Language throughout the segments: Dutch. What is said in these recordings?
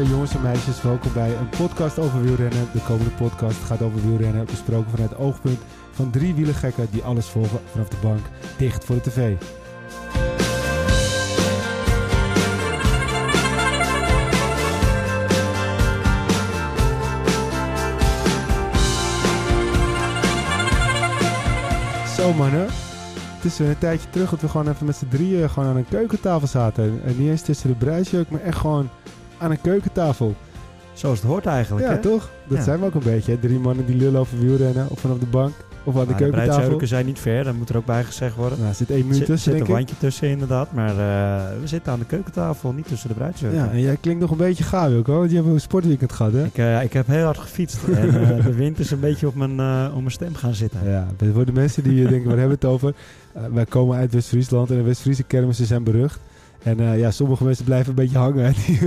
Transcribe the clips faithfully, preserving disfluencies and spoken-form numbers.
Goedemorgen jongens en meisjes, welkom bij een podcast over wielrennen. De komende podcast gaat over wielrennen, besproken vanuit het oogpunt van drie wielergekken die alles volgen vanaf de bank, dicht voor de tv. Zo mannen, het is een tijdje terug dat we gewoon even met z'n drieën gewoon aan een keukentafel zaten. En niet eens tussen de bruisjeuk, maar echt gewoon aan een keukentafel. Zoals het hoort eigenlijk, Ja, hè? toch? Dat Ja. zijn we ook een beetje. Hè? Drie mannen die lullen over wielrennen, of vanaf de bank, of aan de Maar de keukentafel. bruidsjurken zijn niet ver, dat moet er ook bij gezegd worden. Nou, er zit één Er minuut zit, tussen, zit denk een ik. wandje tussen inderdaad, maar uh, we zitten aan de keukentafel, niet tussen de bruidsjurken. Ja, en jij klinkt nog een beetje gaaf, Wilco, want je hebt een sportweekend gehad, hè? Ik, uh, ik heb heel hard gefietst en uh, de wind is een beetje op mijn, uh, op mijn stem gaan zitten. Ja, voor de mensen die denken, waar hebben we het over? Uh, wij komen uit West-Friesland en de West-Friese kermissen zijn berucht. En uh, ja, sommige mensen blijven een beetje hangen. En die,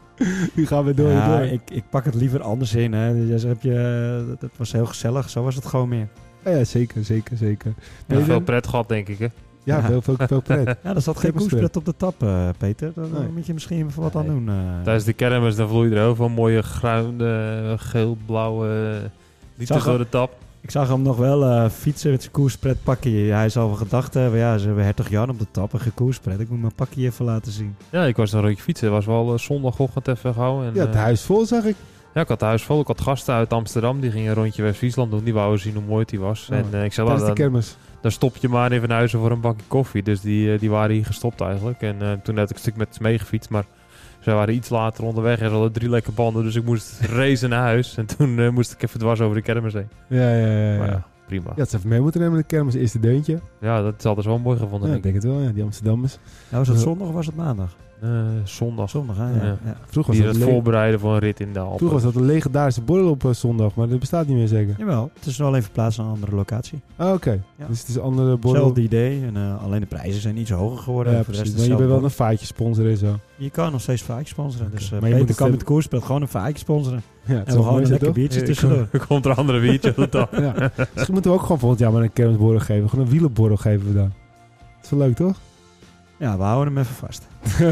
die gaan weer door ja, en door. ik, ik pak het liever anders in. Hè. Dus heb je, dat, dat was heel gezellig, zo was het gewoon meer. Ja, ja, zeker, zeker, zeker. Ja, Nee, veel dan- pret gehad, denk ik, hè? Ja, Ja. veel, veel, veel pret. Ja, er zat geen Geen koerspret op de tap, uh, Peter. Daar Nee. moet je misschien even wat aan Nee. doen. Uh. Tijdens de kermis dan vloeide er heel veel mooie bruine, geel-blauwe liters Zag door de tap. Ik zag hem nog wel uh, fietsen met zijn koerspret pakje. Hij zal wel gedacht hebben, ja, ze hebben hertog Jan op de tap en geen koerspret. Ik moet mijn pakje even laten zien. Ja, ik was een rondje fietsen. Het was wel uh, zondagochtend even gauw. En, Ja, het uh, huis vol, zag ik. ja, ik had het huis vol. Ik had gasten uit Amsterdam. Die gingen een rondje West-Friesland doen. Die wouden zien hoe mooi het die was. Oh, en uh, ik zei, Tijdens de dan, kermis. dan stop je maar even naar huis voor een bakje koffie. Dus die, uh, die waren hier gestopt eigenlijk. En uh, toen had ik een stuk met ze meegefietst. Maar ze waren iets later onderweg en ze hadden drie lekke banden. Dus ik moest racen naar huis. En toen uh, moest ik even dwars over de kermis heen. Ja, ja, ja. ja. Maar ja. ja, prima. Ja, het ze even mee moeten nemen met de kermis. Eerste deuntje. Ja, dat is altijd wel mooi gevonden, Ja, ik denk ik. denk het wel, ja. Die Amsterdammers. Nou, was het Ja. zondag of was het maandag? Uh, zondag. Zondag, hè? Ja. Ja. Ja. Vroeger was, Die dat het een le- voorbereiden voor een rit in de Alpen. Vroeger was dat een legendarische borrel op uh, zondag, maar dat bestaat niet meer zeker. Jawel, het is wel even verplaatst naar een andere locatie. Ah, oké. Okay. Ja. Dus het is een andere borrel. Hetzelfde idee, en, uh, alleen de prijzen zijn iets hoger geworden. Ja, En voor de precies. rest Maar je bent wel hetzelfde. een vaatje sponsor en zo. Je kan nog steeds vaatjes sponsoren. Oké. Dus uh, Maar je Peter moet het kan wel- met de koerspret gewoon een vaatje sponsoren. Ja, het En is we wel gewoon mooi, een lekker toch? biertje Ja, tussendoor. Er komt er een andere biertje op de tap. Ja. Misschien moeten we ook gewoon volgend jaar maar een kermisborrel geven. Gewoon een wielenborrel geven we dan. Dat is wel leuk, toch? Ja, we houden hem even vast.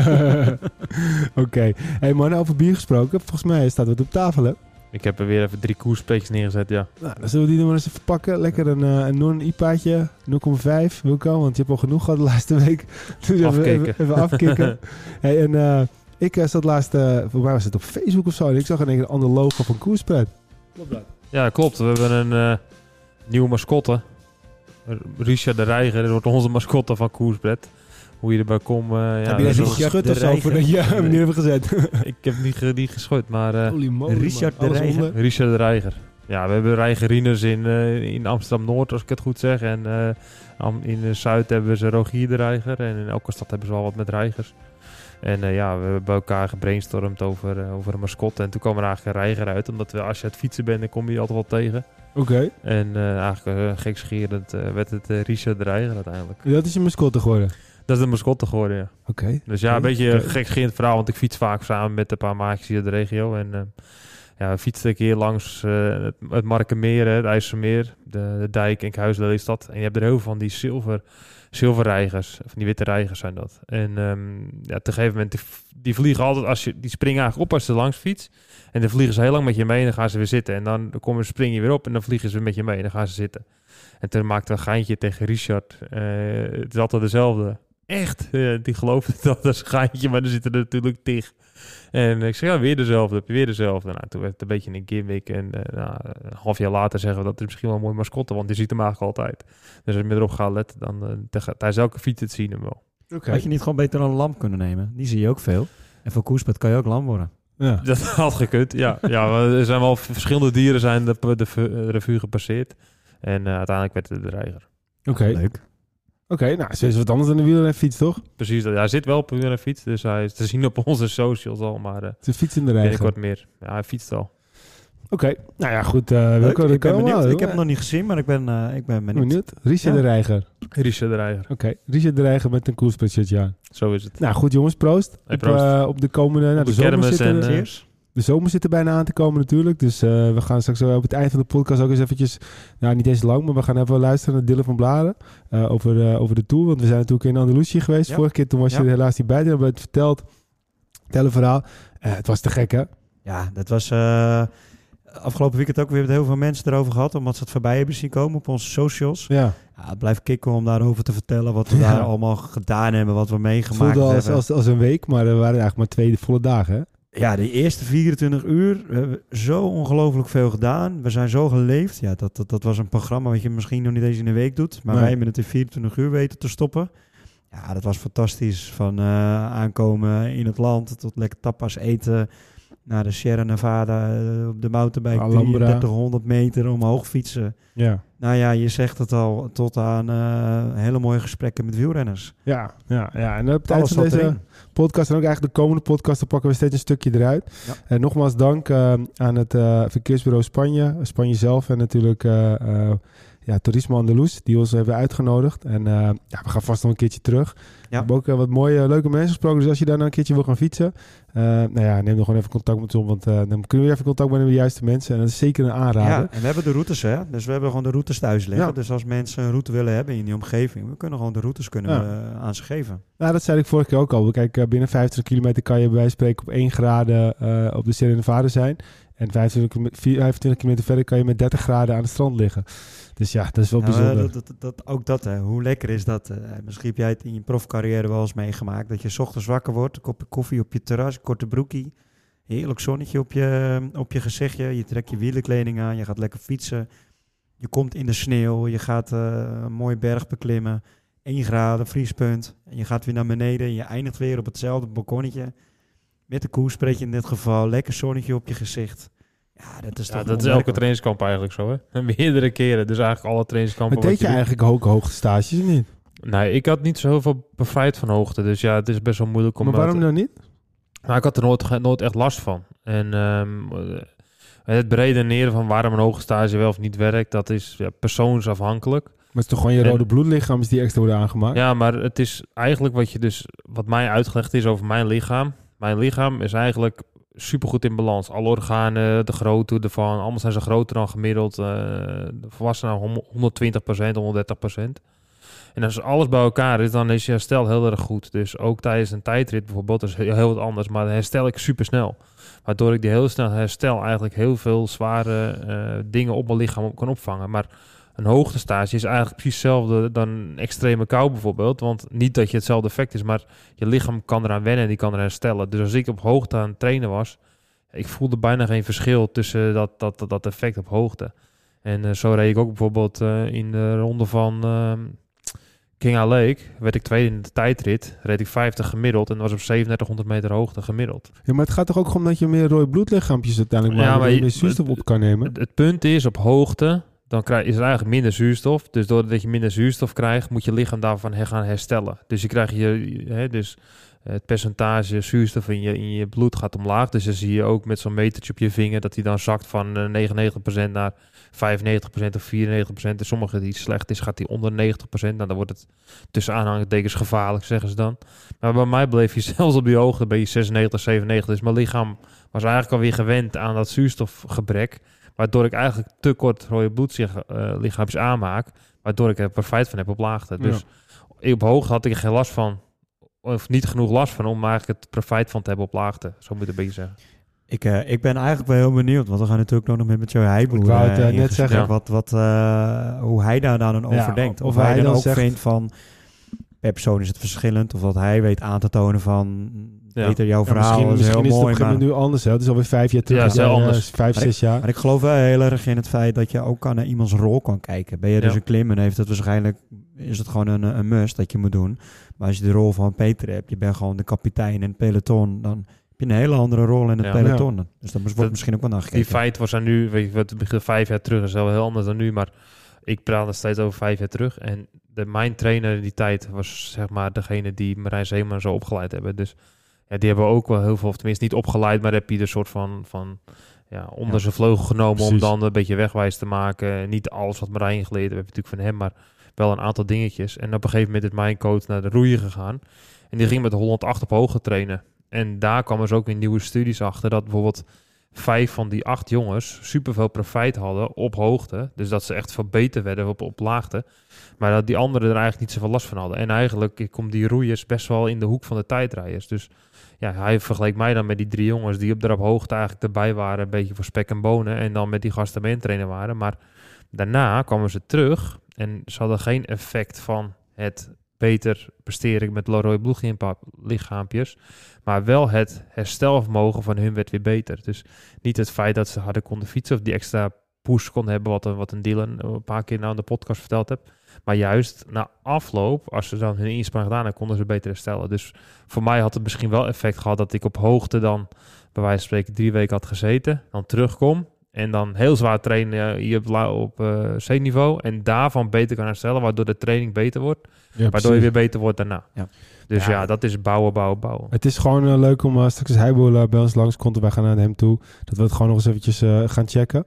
Oké. Okay. Hey man, over bier gesproken. Volgens mij staat wat op tafel, hè? Ik heb er weer even drie koerspeetjes neergezet, ja. Nou, dan zullen we die nog maar eens even pakken. Lekker een, uh, een non-I P A'tje. nul komma vijf, Wilco. Want je hebt al genoeg gehad de laatste week. Dus even, Afkicken. even, even afkicken. Hey, en uh, ik uh, zat laatst... Uh, voor mij was het op Facebook of zo. En ik zag in één keer een ander logo van Koerspret. Klopt dat? Ja, klopt. We hebben een uh, nieuwe mascotte. Richard de Reiger. Dat wordt onze mascotte van Koerspret. Hoe je erbij komt. Uh, ja, Heb je dat dat is niet wel- geschud de of zo Reiger. voordat je hem neer hebt gezet? Ik heb niet, ge- niet geschud, maar... Uh, Holy moly, Richard man. de Alles Reiger. onder. Richard de Reiger. Ja, we hebben Reigeriners in, uh, in Amsterdam-Noord, als ik het goed zeg. En uh, am- in uh, Zuid hebben ze Rogier de Reiger. En in elke stad hebben ze wel wat met reigers. En uh, ja, we hebben bij elkaar gebrainstormd over, uh, over een mascotte. En toen kwam er eigenlijk een reiger uit. Omdat we, als je aan het fietsen bent, dan kom je die altijd wel tegen. Oké. Okay. En uh, eigenlijk uh, gekscherend uh, werd het uh, Richard de Reiger uiteindelijk. Dat is je mascotte geworden? Dat is de mascotte geworden, ja. Oké. Okay. Dus ja, een Okay. beetje een Okay. gekscherend verhaal. Want ik fiets vaak samen met een paar maatjes hier in de regio. En uh, ja, we fietsten een keer langs uh, het, het Markenmeer, het IJsselmeer, de, de dijk, Enkhuizen-Lelystad. En je hebt er heel veel van die zilver, zilverreigers, van die witte reigers zijn dat. En um, ja, op een gegeven moment, die, die vliegen altijd, als je, die springen eigenlijk op als ze langs fiets. En dan vliegen ze heel lang met je mee en dan gaan ze weer zitten. En dan komen, spring je weer op en dan vliegen ze weer met je mee en dan gaan ze zitten. En toen maakte een geintje tegen Richard. Uh, het is altijd dezelfde. Echt? Uh, die geloofde dat als een geintje, maar er zitten er natuurlijk tig. En ik zei, ja, weer dezelfde, heb je weer dezelfde. Nou, toen werd het een beetje een gimmick. En uh, nou, een half jaar later zeggen we dat is misschien wel een mooi mascotte, want die ziet hem eigenlijk altijd. Dus als je erop gaat letten, dan uh, tijdens elke fiets het zien hem wel. Okay. Had je niet gewoon beter een lam kunnen nemen? Die zie je ook veel. En voor koerspret kan je ook lam worden. Ja. Dat had gekund, ja. ja. Er zijn wel verschillende dieren zijn de, de, de revue gepasseerd. En uh, uiteindelijk werd het de reiger. Oké. Okay. Leuk. Oké, okay, nou, ze is wat anders dan de wielrenfiets, toch? Precies, hij zit wel op een fiets, dus hij is te zien op onze socials al, maar uh, ze fietst in de reiger. binnenkort meer. Ja, hij fietst al. Oké, okay. Nou ja, goed. Uh, Wilco, ik ben benieuwd. wel, ik heb hem nog niet gezien, maar ik ben, uh, ik ben benieuwd. benieuwd. Richard Ja. de Reiger. Richard de Reiger. Oké, okay. Richard de Reiger met een koerspretje, ja. Zo is het. Nou goed jongens, proost. Hey, op, proost. uh, op de komende... Nou, de, de zomer kermis zit en... er, Uh, de zomer zit er bijna aan te komen natuurlijk. Dus uh, we gaan straks op het eind van de podcast ook eens eventjes... Nou, niet eens lang, maar we gaan even luisteren naar Dylan van Blaren. Uh, over, uh, over de Tour. Want we zijn natuurlijk in Andalusië geweest. Ja. Vorige keer toen was Ja. je er helaas niet bij. Toen hebben we het verteld... Tel een verhaal. Uh, het was te gek, hè? Ja, dat was... Uh, afgelopen weekend ook weer met heel veel mensen erover gehad. Omdat ze het voorbij hebben zien komen op onze socials. Ja. Ja, het blijft kicken om daarover te vertellen wat we ja. daar allemaal gedaan hebben. Wat we meegemaakt het voelde hebben. als, als, als een week, maar er waren eigenlijk maar twee volle dagen, hè? Ja, de eerste vierentwintig uur, we hebben zo ongelooflijk veel gedaan. We zijn zo geleefd. Ja, dat, dat, dat was een programma wat je misschien nog niet eens in een week doet. Maar nee. wij hebben het in vierentwintig uur weten te stoppen. Ja, dat was fantastisch. Van uh, aankomen in het land tot lekker tapas eten. Naar de Sierra Nevada, uh, op de mountainbike, drieëndertighonderd meter omhoog fietsen. Ja. Nou ja, je zegt het al, tot aan uh, hele mooie gesprekken met wielrenners. Ja, ja, ja. En op het eind van deze erin. podcast en ook eigenlijk de komende podcast, dan pakken we steeds een stukje eruit. Ja. En nogmaals dank uh, aan het uh, verkeersbureau Spanje, Spanje zelf en natuurlijk uh, uh, ja, Turismo Andaluz, die ons hebben uitgenodigd. En uh, ja, we gaan vast nog een keertje terug. Ja. We hebben ook uh, wat mooie, leuke mensen gesproken. Dus als je daar nou een keertje wil gaan fietsen, uh, nou ja, neem dan gewoon even contact met ons. Want uh, dan kunnen we even contact met de juiste mensen. En dat is zeker een aanrader. Ja, en we hebben de routes, hè. Dus we hebben gewoon de routes thuis liggen. Ja. Dus als mensen een route willen hebben in die omgeving, we kunnen gewoon de routes kunnen ja. we, uh, aan ze geven. Nou, dat zei ik vorige keer ook al. Kijk, uh, binnen vijftig kilometer kan je bij wijze van spreken op één graden uh, op de Sierra Nevada zijn. En vijfentwintig kilometer verder kan je met dertig graden aan het strand liggen. Dus ja, dat is wel nou, bijzonder. Dat, dat, dat, ook dat, hè. Hoe lekker is dat? Uh, misschien heb jij het in je profcarrière wel eens meegemaakt. Dat je 's ochtends wakker wordt, een kopje koffie op je terras, korte broekie. Heerlijk zonnetje op je, op je gezichtje. Je trekt je wielerkleding aan, je gaat lekker fietsen. Je komt in de sneeuw, je gaat uh, een mooie berg beklimmen. één graden, vriespunt. En je gaat weer naar beneden en je eindigt weer op hetzelfde balkonnetje. Met de koerspreetje in dit geval. Lekker zonnetje op je gezicht. Ja, dat is ja, toch dat is elke trainingskamp eigenlijk zo, hè? Meerdere keren. Dus eigenlijk alle trainingskampen. Maar deed je, je eigenlijk ook hoogte stages of niet? Nee, ik had niet zo veel bevrijd van hoogte. Dus ja, het is best wel moeilijk om... Maar waarom dan niet? Nou, ik had er nooit, nooit echt last van. En um, het beredeneren van waarom een hoogte stage wel of niet werkt, dat is ja, persoonsafhankelijk. Maar het is toch gewoon je en, rode bloedlichaam die extra worden aangemaakt? Ja, maar het is eigenlijk wat je dus... Wat mij uitgelegd is over mijn lichaam. Mijn lichaam is eigenlijk supergoed in balans. Alle organen, de grootte ervan, allemaal zijn ze groter dan gemiddeld. Uh, de volwassenen honderdtwintig procent, honderddertig procent. En als alles bij elkaar is, dan is je herstel heel erg goed. Dus ook tijdens een tijdrit bijvoorbeeld, dat is heel, heel wat anders. Maar dan herstel ik super snel. Waardoor ik die heel snel herstel eigenlijk heel veel zware uh, dingen op mijn lichaam kan opvangen. Maar een hoogtestage is eigenlijk precies hetzelfde dan extreme kou bijvoorbeeld. Want niet dat je hetzelfde effect is, maar je lichaam kan eraan wennen en die kan er herstellen. Dus als ik op hoogte aan het trainen was, ik voelde bijna geen verschil tussen dat, dat, dat, dat effect op hoogte. En uh, zo reed ik ook bijvoorbeeld uh, in de ronde van uh, King Lake, werd ik tweede in de tijdrit, reed ik vijftig gemiddeld en was op zevenendertighonderd meter hoogte gemiddeld. Ja, maar het gaat toch ook om dat je meer rode bloedlichaampjes uiteindelijk ja, maakt, maar je meer zuurstof op kan nemen? Het, het punt is, op hoogte, dan krijg, is er eigenlijk minder zuurstof. Dus doordat je minder zuurstof krijgt, moet je lichaam daarvan her gaan herstellen. Dus je krijgt je, hè, dus het percentage zuurstof in je, in je bloed gaat omlaag. Dus dan zie je ook met zo'n metertje op je vinger dat hij dan zakt van uh, negenennegentig procent naar vijfennegentig procent of vierennegentig procent. En sommige die slecht is, gaat die onder negentig procent. Nou, dan wordt het tussen aanhalingstekens gevaarlijk, zeggen ze dan. Maar bij mij bleef je zelfs op je hoogte bij je zesennegentig, zevenennegentig. Dus mijn lichaam was eigenlijk alweer gewend aan dat zuurstofgebrek. Waardoor ik eigenlijk te kort rode bloedlichaampjes uh, aanmaak. Waardoor ik er profijt van heb op laagte. Ja. Dus op hoogte had ik er geen last van. Of niet genoeg last van om eigenlijk het profijt van te hebben op laagte. Zo moet ik een beetje zeggen. Ik, uh, ik ben eigenlijk wel heel benieuwd. Want we gaan natuurlijk ook nog met Joe Heijboer. Ik wou het uh, net zeggen. Ja. Wat, wat, uh, hoe hij daar dan over ja, denkt. Of, of hij, hij dan ook zegt, vindt van... Per persoon is het verschillend. Of dat hij weet aan te tonen van... Ja. Peter, jouw ja, verhaal misschien, is misschien heel is mooi. Misschien is het nu anders. Hè? Het is alweer vijf jaar terug. Ja, het is heel anders. Vijf, maar zes ik, jaar. Maar ik geloof wel heel erg in het feit dat je ook naar iemands rol kan kijken. Ben je dus ja. een klimmer, heeft het waarschijnlijk... Is het gewoon een, een must dat je moet doen. Maar als je de rol van Peter hebt... Je bent gewoon de kapitein in het peloton... Dan heb je een hele andere rol in het ja. peloton. Ja. Dus dat wordt dat, misschien ook wel naar gekeken. Die feit was er nu... Weet je, wat begint vijf jaar terug is wel heel anders dan nu. Maar ik praat nog steeds over vijf jaar terug. En de, mijn trainer in die tijd was zeg maar degene die Marijn Zeeman zo opgeleid hebben. Dus ja, die hebben ook wel heel veel, of tenminste niet opgeleid, maar heb je er soort van, van ja, onder ja. zijn vleugel genomen Precies. om dan een beetje wegwijs te maken. Niet alles wat Marijn geleerd heb je natuurlijk van hem, maar wel een aantal dingetjes. En op een gegeven moment is mijn coach naar de roeien gegaan. En die ging met de honderd acht op hoogte trainen. En daar kwamen dus ook weer nieuwe studies achter dat bijvoorbeeld vijf van die acht jongens superveel profijt hadden op hoogte. Dus dat ze echt veel beter werden op, op laagte. Maar dat die anderen er eigenlijk niet zoveel last van hadden. En eigenlijk komt die roeiers best wel in de hoek van de tijdrijders. Dus ja, hij vergeleek mij dan met die drie jongens die op, er op hoogte eigenlijk erbij waren. Een beetje voor spek en bonen. En dan met die gasten mee trainen waren. Maar daarna kwamen ze terug. En ze hadden geen effect van het beter presteren met rode bloedlichaampjes. Maar wel het herstelvermogen van hun werd weer beter. Dus niet het feit dat ze harder konden fietsen of die extra push konden hebben, wat een, wat een Dylan een paar keer nou in de podcast verteld heb. Maar juist na afloop, als ze dan hun inspanning gedaan hebben, konden ze beter herstellen. Dus voor mij had het misschien wel effect gehad dat ik op hoogte dan, bij wijze van spreken, drie weken had gezeten. Dan terugkom en dan heel zwaar trainen hier op, op uh, C-niveau. En daarvan beter kan herstellen, waardoor de training beter wordt. Ja, waardoor precies. je weer beter wordt daarna. Ja. Dus ja, ja, dat is bouwen, bouwen, bouwen. Het is gewoon uh, leuk om uh, straks als Heiboel uh, bij ons langskomt en wij gaan naar hem toe. Dat we het gewoon nog eens eventjes uh, gaan checken.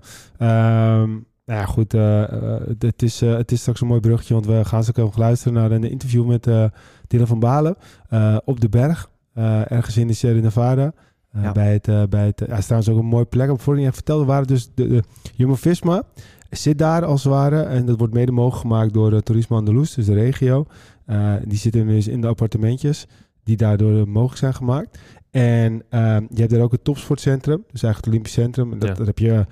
Um, nou ja, goed. Uh, uh, het, is, uh, het is straks een mooi bruggetje, want we gaan straks ook luisteren naar een interview met uh, Dylan van Baarle uh, op de berg. Uh, ergens in de Sierra Nevada. Uh, ja. Bij het, uh, bij het, uh, ja, is trouwens ook een mooie plek. Voordat je even vertelde, waren dus de, de Jumbo-Visma zit daar als het ware. En dat wordt mede mogelijk gemaakt door uh, Turismo Andalus, dus de regio. Uh, die zitten dus in de appartementjes die daardoor mogelijk zijn gemaakt. En uh, je hebt daar ook het topsportcentrum, dus eigenlijk het Olympisch Centrum. En dat, ja. dat heb je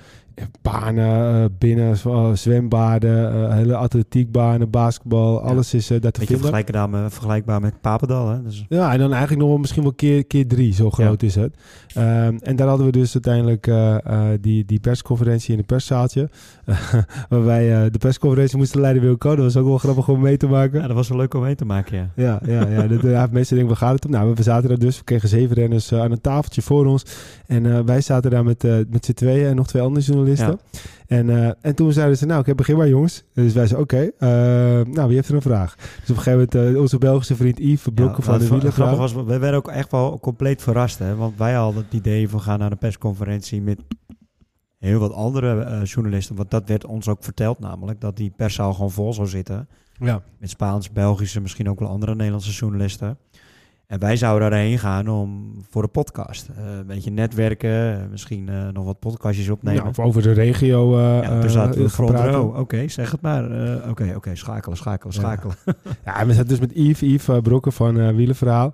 banen, uh, binnen, uh, zwembaden, uh, hele atletiekbanen, basketbal, ja. alles is uh, daar te Beetje vinden. Vergelijkbaar, vergelijkbaar met Papendal, hè? Dus... Ja, en dan eigenlijk nog wel misschien wel keer, keer drie, zo groot ja. is het. Um, en daar hadden we dus uiteindelijk uh, uh, die, die persconferentie in een perszaaltje. Uh, waar wij uh, de persconferentie moesten leiden Wilco. Dat was ook wel grappig om mee te maken. Ja, dat was wel leuk om mee te maken, ja. Ja, ja, ja. De, de, de mensen denken, waar gaat het om? Nou, we zaten daar dus. We kregen zeven renners uh, aan een tafeltje voor ons. En uh, wij zaten daar met, uh, met z'n tweeën en nog twee andere journalisten. Ja. En, uh, en toen zeiden ze, nou, oké, begin maar jongens. Dus wij zeiden, oké, okay, uh, nou, wie heeft er een vraag? Dus op een gegeven moment uh, onze Belgische vriend Yves Brokken ja, van de wielervrouw. Was, we werden ook echt wel compleet verrast, hè. Want wij hadden het idee van gaan naar een persconferentie met heel wat andere uh, journalisten. Want dat werd ons ook verteld namelijk, dat die perszaal gewoon vol zou zitten. Ja. Met Spaans, Belgische, misschien ook wel andere Nederlandse journalisten. En wij zouden daarheen gaan om voor de podcast. Uh, een beetje netwerken, misschien uh, nog wat podcastjes opnemen. Ja, of over de regio uh, ja, toen zaten we uh, front row. Oké, okay, zeg het maar. Oké, uh, oké, okay, okay, schakelen, schakelen, schakelen. Ja, ja en we zaten dus met Yves, Yves uh, Brokken van uh, Wielenverhaal.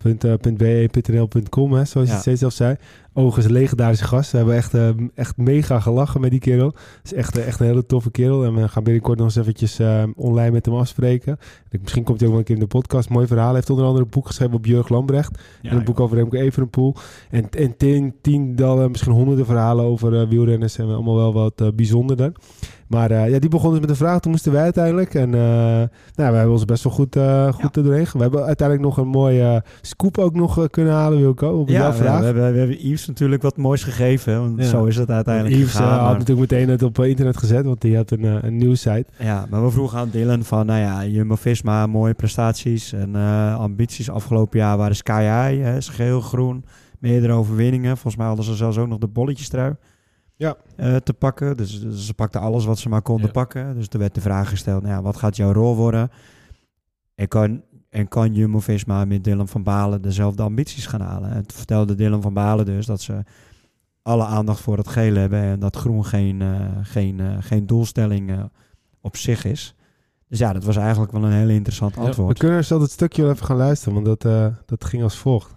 .b e punt n l punt com, hè, zoals ja. je steeds zelf zei. Overigens een legendarische gast. We hebben echt, uh, echt mega gelachen met die kerel. Het is echt, uh, echt een hele toffe kerel. En we gaan binnenkort nog eens eventjes uh, online met hem afspreken. En misschien komt hij ook wel een keer in de podcast. Mooi verhaal. Hij heeft onder andere een boek geschreven op Jurg Lambrecht. Ja, en een boek over Remco Evenepoel. En, en tien, tientallen, misschien honderden verhalen over uh, wielrenners. En allemaal wel wat uh, bijzonderder. Maar uh, ja, die begon dus met een vraag. Toen moesten wij uiteindelijk. En uh, nou, we hebben ons best wel goed, uh, goed ja. doorheen. We hebben uiteindelijk nog een mooie uh, scoop ook nog uh, kunnen halen, Wilco. Op ja, jouw vraag. We hebben, we hebben Yves natuurlijk wat moois gegeven. Want ja. zo is het uiteindelijk Yves gegaan. Uh, had natuurlijk meteen het op uh, internet gezet. Want die had een, uh, een nieuwssite. Ja, maar we vroegen aan Dylan van, nou ja, Jumbo-Visma, mooie prestaties en uh, ambities. Afgelopen jaar waren Sky High, hè, geel, groen, meerdere overwinningen. Volgens mij hadden ze zelfs ook nog de bolletjestrui. Ja. Uh, te pakken. Dus, dus ze pakten alles wat ze maar konden ja. pakken. Dus er werd de vraag gesteld, nou ja, wat gaat jouw rol worden? En kan, en kan Jumbo-Visma met Dylan van Baarle dezelfde ambities gaan halen? En toen vertelde Dylan van Baarle dus dat ze alle aandacht voor het geel hebben en dat groen geen, uh, geen, uh, geen doelstelling uh, op zich is. Dus ja, dat was eigenlijk wel een hele interessant ja, antwoord. We kunnen zelf het stukje wel even gaan luisteren, want dat, uh, dat ging als volgt.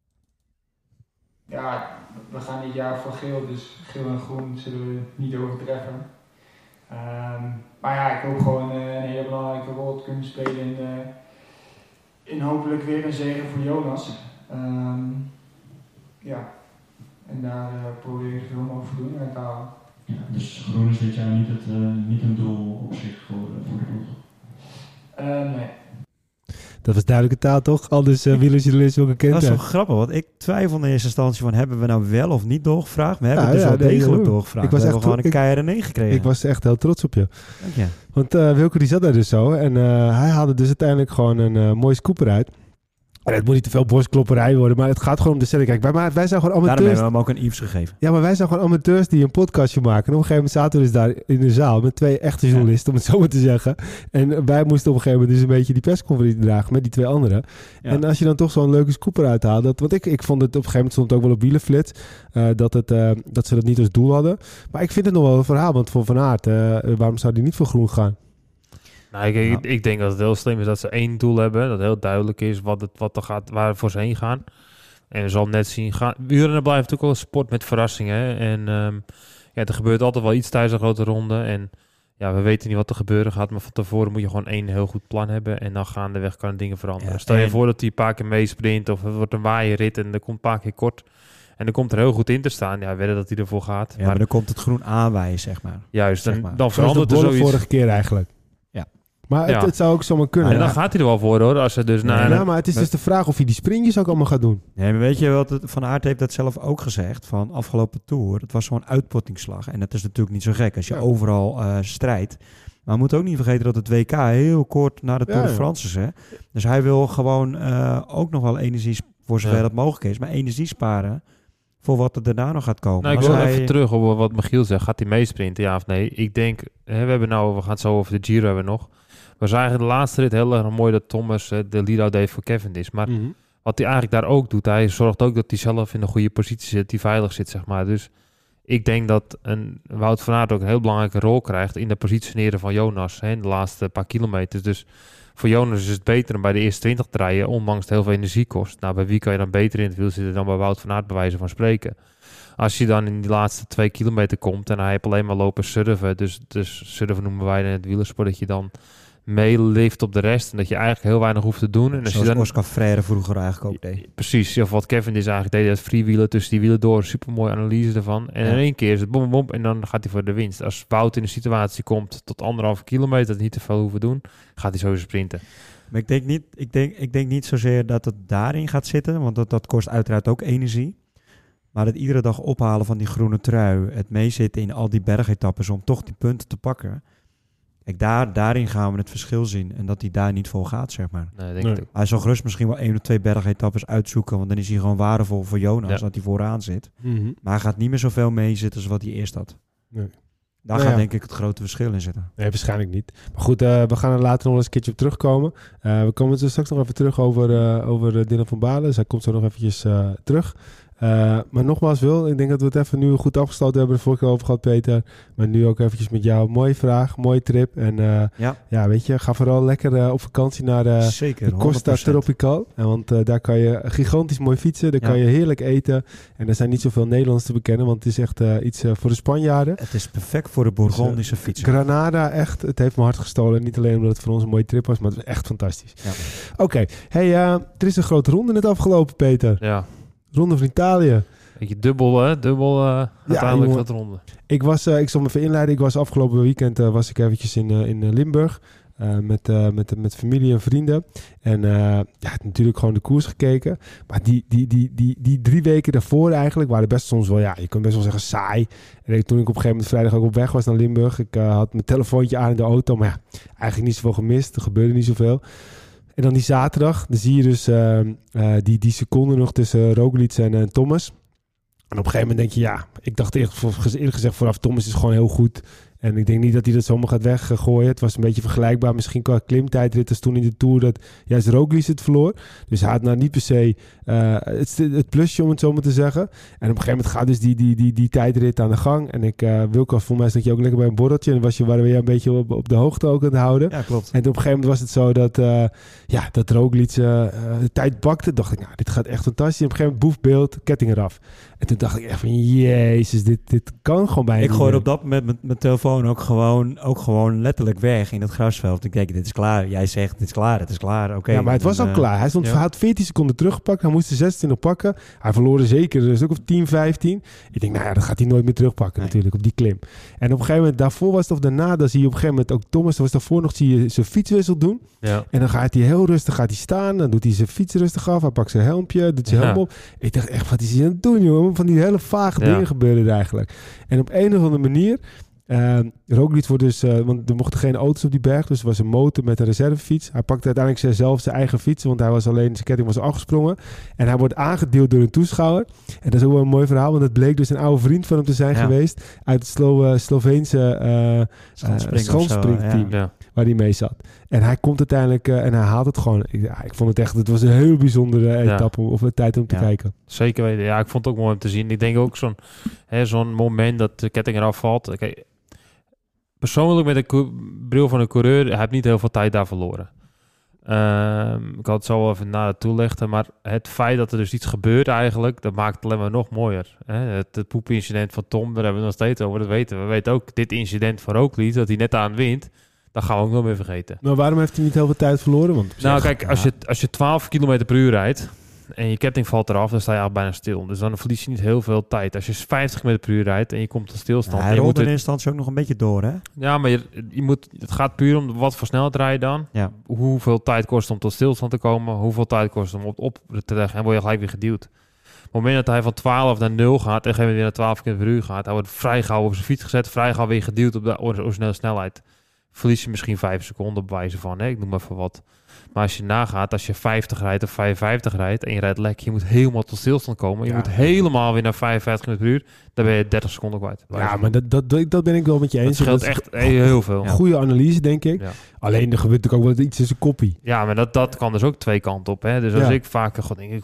Ja, we gaan dit jaar voor geel, dus geel en groen zullen we niet overtreffen. Um, maar ja, ik hoop gewoon uh, een hele belangrijke rol te kunnen spelen in, uh, in hopelijk weer een zege voor Jonas. Um, ja, en daar uh, probeer ik veel mogelijk voldoening uit te halen. Ja, dus groen is dit jaar niet, het, uh, niet een doel op zich voor, uh, voor de ploeg? Uh, nee. Dat was duidelijke taal, toch? Al dus uh, wielerjournalisten ook gekend. Dat is wel grappig, want ik twijfelde in eerste instantie van, hebben we nou wel of niet doorgevraagd? We hebben ja, dus ja, wel nee, degelijk nee, doorgevraagd. Ik was we echt hebben gewoon een keiharde nee gekregen. Ik was echt heel trots op je. Dank je. Want uh, Wilco die zat daar dus zo. En uh, hij haalde dus uiteindelijk gewoon een uh, mooie scoop eruit. En het moet niet te veel borstklopperij worden, maar het gaat gewoon om de setting. Kijk, wij, wij zijn gewoon amateurs. Daarom hebben we hem ook een Yves gegeven. Ja, maar wij zijn gewoon amateurs die een podcastje maken. En op een gegeven moment zaten we dus daar in de zaal met twee echte journalisten, ja. om het zo maar te zeggen. En wij moesten op een gegeven moment dus een beetje die persconferentie dragen met die twee anderen. Ja. En als je dan toch zo'n leuke scoop eruit haalt, dat, want ik, ik vond het op een gegeven moment stond het ook wel op Wielenflits, uh, dat, het, uh, dat ze dat niet als doel hadden. Maar ik vind het nog wel een verhaal, want voor Van Aert, uh, waarom zou die niet voor groen gaan? Nou, ik, ja. ik, ik denk dat het heel slim is dat ze één doel hebben. Dat heel duidelijk is wat, het, wat er gaat, waar voor ze heen gaan. En we zal net zien. Gaan, wielrennen blijft natuurlijk wel een sport met verrassingen. Hè? En um, ja, er gebeurt altijd wel iets tijdens een grote ronde. En ja, we weten niet wat er gebeuren gaat. Maar van tevoren moet je gewoon één heel goed plan hebben. En dan gaandeweg kan dingen veranderen. Ja, Stel je en... voor dat hij een paar keer meesprint. Of het wordt een waaierrit en er komt een paar keer kort. En dan komt er heel goed in te staan. Ja, wedden dat hij ervoor gaat. Ja, maar, maar dan komt het groen aanwijzen, zeg maar. Juist, zeg en maar. dan verandert er zoiets. vorige keer eigenlijk. Maar het, ja. het zou ook zomaar kunnen. En dan gaat hij er wel voor, hoor. Als ze dus naar... Ja, maar het is dus de vraag of hij die sprintjes ook allemaal gaat doen. Nee, maar weet je wat? Het, Van Aert heeft dat zelf ook gezegd. Van afgelopen Tour. Het was zo'n uitputtingsslag. En dat is natuurlijk niet zo gek als je ja. overal uh, strijdt. Maar we moeten ook niet vergeten dat het W K heel kort na de Tour ja, de France is. Hè? Dus hij wil gewoon uh, ook nog wel energie, voor zover ja. dat mogelijk is, maar energie sparen voor wat er daarna nog gaat komen. Nou, ik wil hij... even terug op wat Michiel zegt. Gaat hij meesprinten, ja of nee? Ik denk, hè, we hebben nou, we gaan het zo over de Giro hebben nog. We zagen de laatste rit heel erg mooi dat Thomas uh, de lead-out deed voor Cavendish. Maar mm-hmm. wat hij eigenlijk daar ook doet, hij zorgt ook dat hij zelf in een goede positie zit, die veilig zit, zeg maar. Dus ik denk dat een Wout van Aert ook een heel belangrijke rol krijgt in de positioneren van Jonas, hè, in de laatste paar kilometers. Dus voor Jonas is het beter om bij de eerste twintig te rijden, ondanks het heel veel energie kost. Nou, bij wie kan je dan beter in het wiel zitten dan bij Wout van Aert, bij wijze van spreken? Als je dan in die laatste twee kilometer komt en hij heeft alleen maar lopen surfen, dus, dus surfen noemen wij in het wielersport, dat je dan meeleeft op de rest en dat je eigenlijk heel weinig hoeft te doen. En als Zoals je dan, Oscar Freire vroeger eigenlijk ook deed. Precies, of wat Kevin is eigenlijk deed, dat freewheelen tussen die wielen door, supermooie analyse ervan. En ja. in één keer is het bom, bom, en dan gaat hij voor de winst. Als Wout in de situatie komt tot anderhalve kilometer, dat niet te veel hoeven doen, gaat hij sowieso sprinten. Maar ik denk niet, ik denk, ik denk niet zozeer dat het daarin gaat zitten, want dat, dat kost uiteraard ook energie. Maar het iedere dag ophalen van die groene trui, het meezitten in al die bergetappes om toch die punten te pakken. Kijk, daar, daarin gaan we het verschil zien. En dat hij daar niet voor gaat, zeg maar. Nee, denk nee. ik ook. Hij zal gerust misschien wel één of twee bergetappes uitzoeken. Want dan is hij gewoon waardevol voor Jonas, ja. dat hij vooraan zit. Mm-hmm. Maar hij gaat niet meer zoveel meezitten als wat hij eerst had. Nee. Daar nou gaat ja. denk ik het grote verschil in zitten. Nee, waarschijnlijk niet. Maar goed, uh, we gaan er later nog eens een keertje op terugkomen. Uh, we komen er straks nog even terug over, uh, over uh, Dylan van Baarle. Dus hij komt zo nog eventjes uh, terug. Uh, maar nogmaals Wil, ik denk dat we het even nu goed afgesloten hebben. De vorige keer over gehad, Peter. Maar nu ook eventjes met jou. Mooie vraag, mooie trip. En uh, ja. ja, weet je, ga vooral lekker uh, op vakantie naar uh, Zeker, de Costa Tropical. En want uh, daar kan je gigantisch mooi fietsen. Daar ja. kan je heerlijk eten. En er zijn niet zoveel Nederlanders te bekennen. Want het is echt uh, iets uh, voor de Spanjaarden. Het is perfect voor de Bourgondische dus, uh, fietsen. Granada, echt. Het heeft me hart gestolen. Niet alleen omdat het voor ons een mooie trip was, maar het was echt fantastisch. Ja. Oké, okay. hey, uh, er is een grote ronde net afgelopen, Peter. Ja. Ronde van Italië. Beetje dubbel, hè? Dubbel uh, uiteindelijk ja, dat ronde. Ik was, uh, ik zal me even inleiden. Ik was afgelopen weekend uh, was ik eventjes in, uh, in uh, Limburg. Uh, met, uh, met, met familie en vrienden. En uh, ja, natuurlijk gewoon de koers gekeken. Maar die, die, die, die, die drie weken daarvoor eigenlijk waren best soms wel, ja, je kunt best wel zeggen saai. En ik, toen ik op een gegeven moment vrijdag ook op weg was naar Limburg. Ik uh, had mijn telefoontje aan in de auto. Maar ja, eigenlijk niet zoveel gemist. Er gebeurde niet zoveel. En dan die zaterdag, dan zie je dus uh, uh, die, die seconden nog tussen Roglic en uh, Thomas. En op een gegeven moment denk je, ja, ik dacht eerlijk, eerlijk gezegd vooraf, Thomas is gewoon heel goed. En ik denk niet dat hij dat zomaar gaat weggooien. Het was een beetje vergelijkbaar misschien qua klimtijdrit als toen in de Tour dat juist Roglic het verloor. Dus hij had nou niet per se uh, het, het plusje om het zo maar te zeggen. En op een gegeven moment gaat dus die, die, die, die tijdrit aan de gang. En ik, uh, Wilco, voor mij stond je ook lekker bij een borreltje. En was je, waren we een beetje op, op de hoogte ook aan het houden. Ja, klopt. En op een gegeven moment was het zo dat, uh, ja, dat Roglic uh, uh, de tijd pakte. Dacht ik, nou, dit gaat echt fantastisch. En op een gegeven moment boefbeeld, ketting eraf. En toen dacht ik echt van, jezus, dit, dit kan gewoon bijna Ik gooide op dat moment met mijn telefoon ook gewoon, ook gewoon letterlijk weg in het grasveld. Ik denk, dit is klaar. Jij zegt, dit is klaar, het is klaar. Oké. Okay. Ja, maar het was al uh, klaar. Hij stond, ja. had veertien seconden teruggepakt. Hij moest de zesentwintig pakken. Hij verloor er zeker een stuk of tien, vijftien. Ik denk, nou ja, dat gaat hij nooit meer terugpakken nee. natuurlijk, op die klim. En op een gegeven moment, daarvoor was het of daarna, dan zie je op een gegeven moment ook Thomas, was daarvoor nog, zie je zijn fietswissel doen. Ja. En dan gaat hij heel rustig gaat hij staan. Dan doet hij zijn fiets rustig af. Hij pakt zijn helmpje, doet zijn ja. helm op. Ik dacht echt, wat is hij aan het doen, jongen? Van die hele vage ja. dingen gebeurden er eigenlijk. En op een of andere manier Uh, Roglic wordt dus, uh, want er mochten geen auto's op die berg, dus er was een motor met een reservefiets. Hij pakte uiteindelijk zelf zijn eigen fiets, want hij was alleen, zijn ketting was afgesprongen. En hij wordt aangedeeld door een toeschouwer. En dat is ook wel een mooi verhaal, want het bleek dus een oude vriend van hem te zijn ja. geweest uit het Slo- uh, Sloveense uh, uh, schoonspringteam, ja. Ja. waar hij mee zat. En hij komt uiteindelijk uh, en hij haalt het gewoon. Ik, ja, ik vond het echt, het was een heel bijzondere etappe ja. of een tijd om te ja. kijken. Zeker weten. Ja, ik vond het ook mooi om te zien. Ik denk ook zo'n, hè, zo'n moment dat de ketting eraf valt. Kijk, persoonlijk met de co- bril van een coureur, hij heeft niet heel veel tijd daar verloren. Uh, ik had het zo wel even nader toelichten, maar het feit dat er dus iets gebeurt eigenlijk, dat maakt het alleen maar nog mooier. Hè? Het, het poepincident van Tom, daar hebben we nog steeds over, dat weten we. We weten ook dit incident van Roglic, dat hij net aan wint. Dat gaan we ook nog meer vergeten. Maar waarom heeft hij niet heel veel tijd verloren? Want nou, kijk, als je, als je twaalf kilometer per uur rijdt en je ketting valt eraf, dan sta je eigenlijk bijna stil. Dus dan verlies je niet heel veel tijd. Als je vijftig kilometer per uur rijdt en je komt tot stilstand... Ja, hij rolde in instantie ook nog een beetje door, hè? Ja, maar je, je moet, het gaat puur om wat voor snelheid rijden dan. Ja. Hoeveel tijd kost het om tot stilstand te komen? Hoeveel tijd kost het om op, op te leggen? En word je gelijk weer geduwd. Op het moment dat hij van twaalf naar nul gaat en weer naar twaalf kilometer per uur gaat, hij wordt vrij gauw op zijn fiets gezet, vrij gauw weer geduwd op de originele snelheid. Verlies je misschien vijf seconden op wijze van, hè? Ik noem even wat. Maar als je nagaat, als je vijftig rijdt of vijfenvijftig rijdt en je rijdt lek, je moet helemaal tot stilstand komen. Je ja. moet helemaal weer naar vijfenvijftig kilometer per uur. Dan ben je dertig seconden kwijt. Ja, maar dat, dat, dat ben ik wel met je eens. Dat scheelt echt heel, heel veel. Goede analyse, denk ik. Ja. Alleen er gebeurt natuurlijk ook wel iets in zijn koppie. Ja, maar dat, dat kan dus ook twee kanten op. Hè? Dus als ja. ik vaker god denk ik,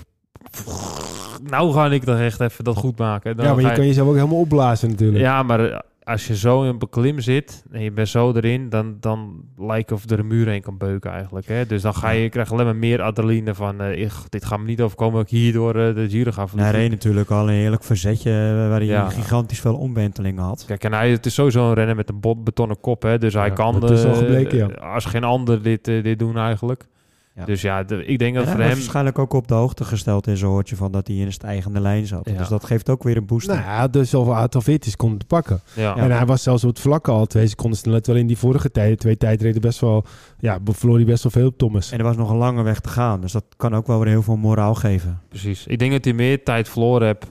nou ga ik dan echt even dat goed maken. Dan ja, maar je, je kan jezelf ook helemaal opblazen natuurlijk. Ja, maar als je zo in een beklim zit en je bent zo erin, dan, dan lijkt of er een muur heen kan beuken eigenlijk. Hè? Dus dan ga je, je krijgt alleen maar meer adrenaline van, uh, ik, dit gaat me niet overkomen dat ik hierdoor uh, de Giro ga verliezen. Hij reed natuurlijk al een heerlijk verzetje waar hij ja. gigantisch veel omwentelingen had. Kijk, en hij, het is sowieso een renner met een bot, betonnen kop, hè? Dus hij ja, kan dat is al gebleken, ja. uh, als geen ander dit, uh, dit doen eigenlijk. Ja. Dus ja, de, ik denk dat en voor hij hem... waarschijnlijk ook op de hoogte gesteld in zijn hoortje van dat hij in een stijgende lijn zat. Ja. Dus dat geeft ook weer een boost. Nou ja, dus al aantal veertien seconden te pakken. Ja. En hij was zelfs op het vlakke al twee seconden sneller. Terwijl in die vorige tijd, twee tijdreden best wel... Ja, verloor hij best wel veel op Thomas. En er was nog een lange weg te gaan. Dus dat kan ook wel weer heel veel moraal geven. Precies. Ik denk dat hij meer tijd verloren heeft.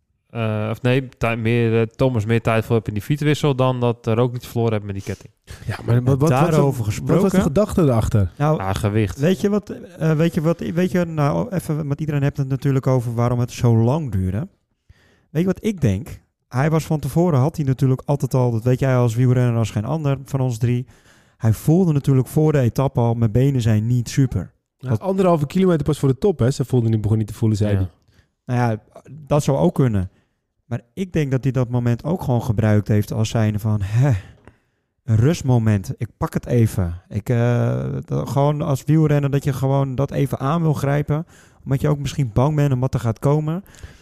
Uh, of nee, tijd, meer, uh, Thomas meer tijd voor heeft in die fietswissel dan dat er ook iets verloren heeft met die ketting. Ja, maar wat, wat, daarover wat, gesproken. Wat was de gedachte erachter? Nou, ah, gewicht. Weet je wat? Uh, weet je wat? Weet je, nou, even, want iedereen heeft het natuurlijk over waarom het zo lang duurde. Weet je wat ik denk? Hij was van tevoren, had hij natuurlijk altijd al, dat weet jij als wielrenner als geen ander van ons drie. Hij voelde natuurlijk voor de etappe al, mijn benen zijn niet super. Ja, dat, anderhalve kilometer pas voor de top, hè? Ze voelde niet, begon niet te voelen, zei hij. Ja. Nou ja, dat zou ook kunnen. Maar ik denk dat hij dat moment ook gewoon gebruikt heeft als zijnde van, hè, een rustmoment. Ik pak het even. Ik, uh, dat, gewoon als wielrenner dat je gewoon dat even aan wil grijpen. Omdat je ook misschien bang bent om wat er gaat komen.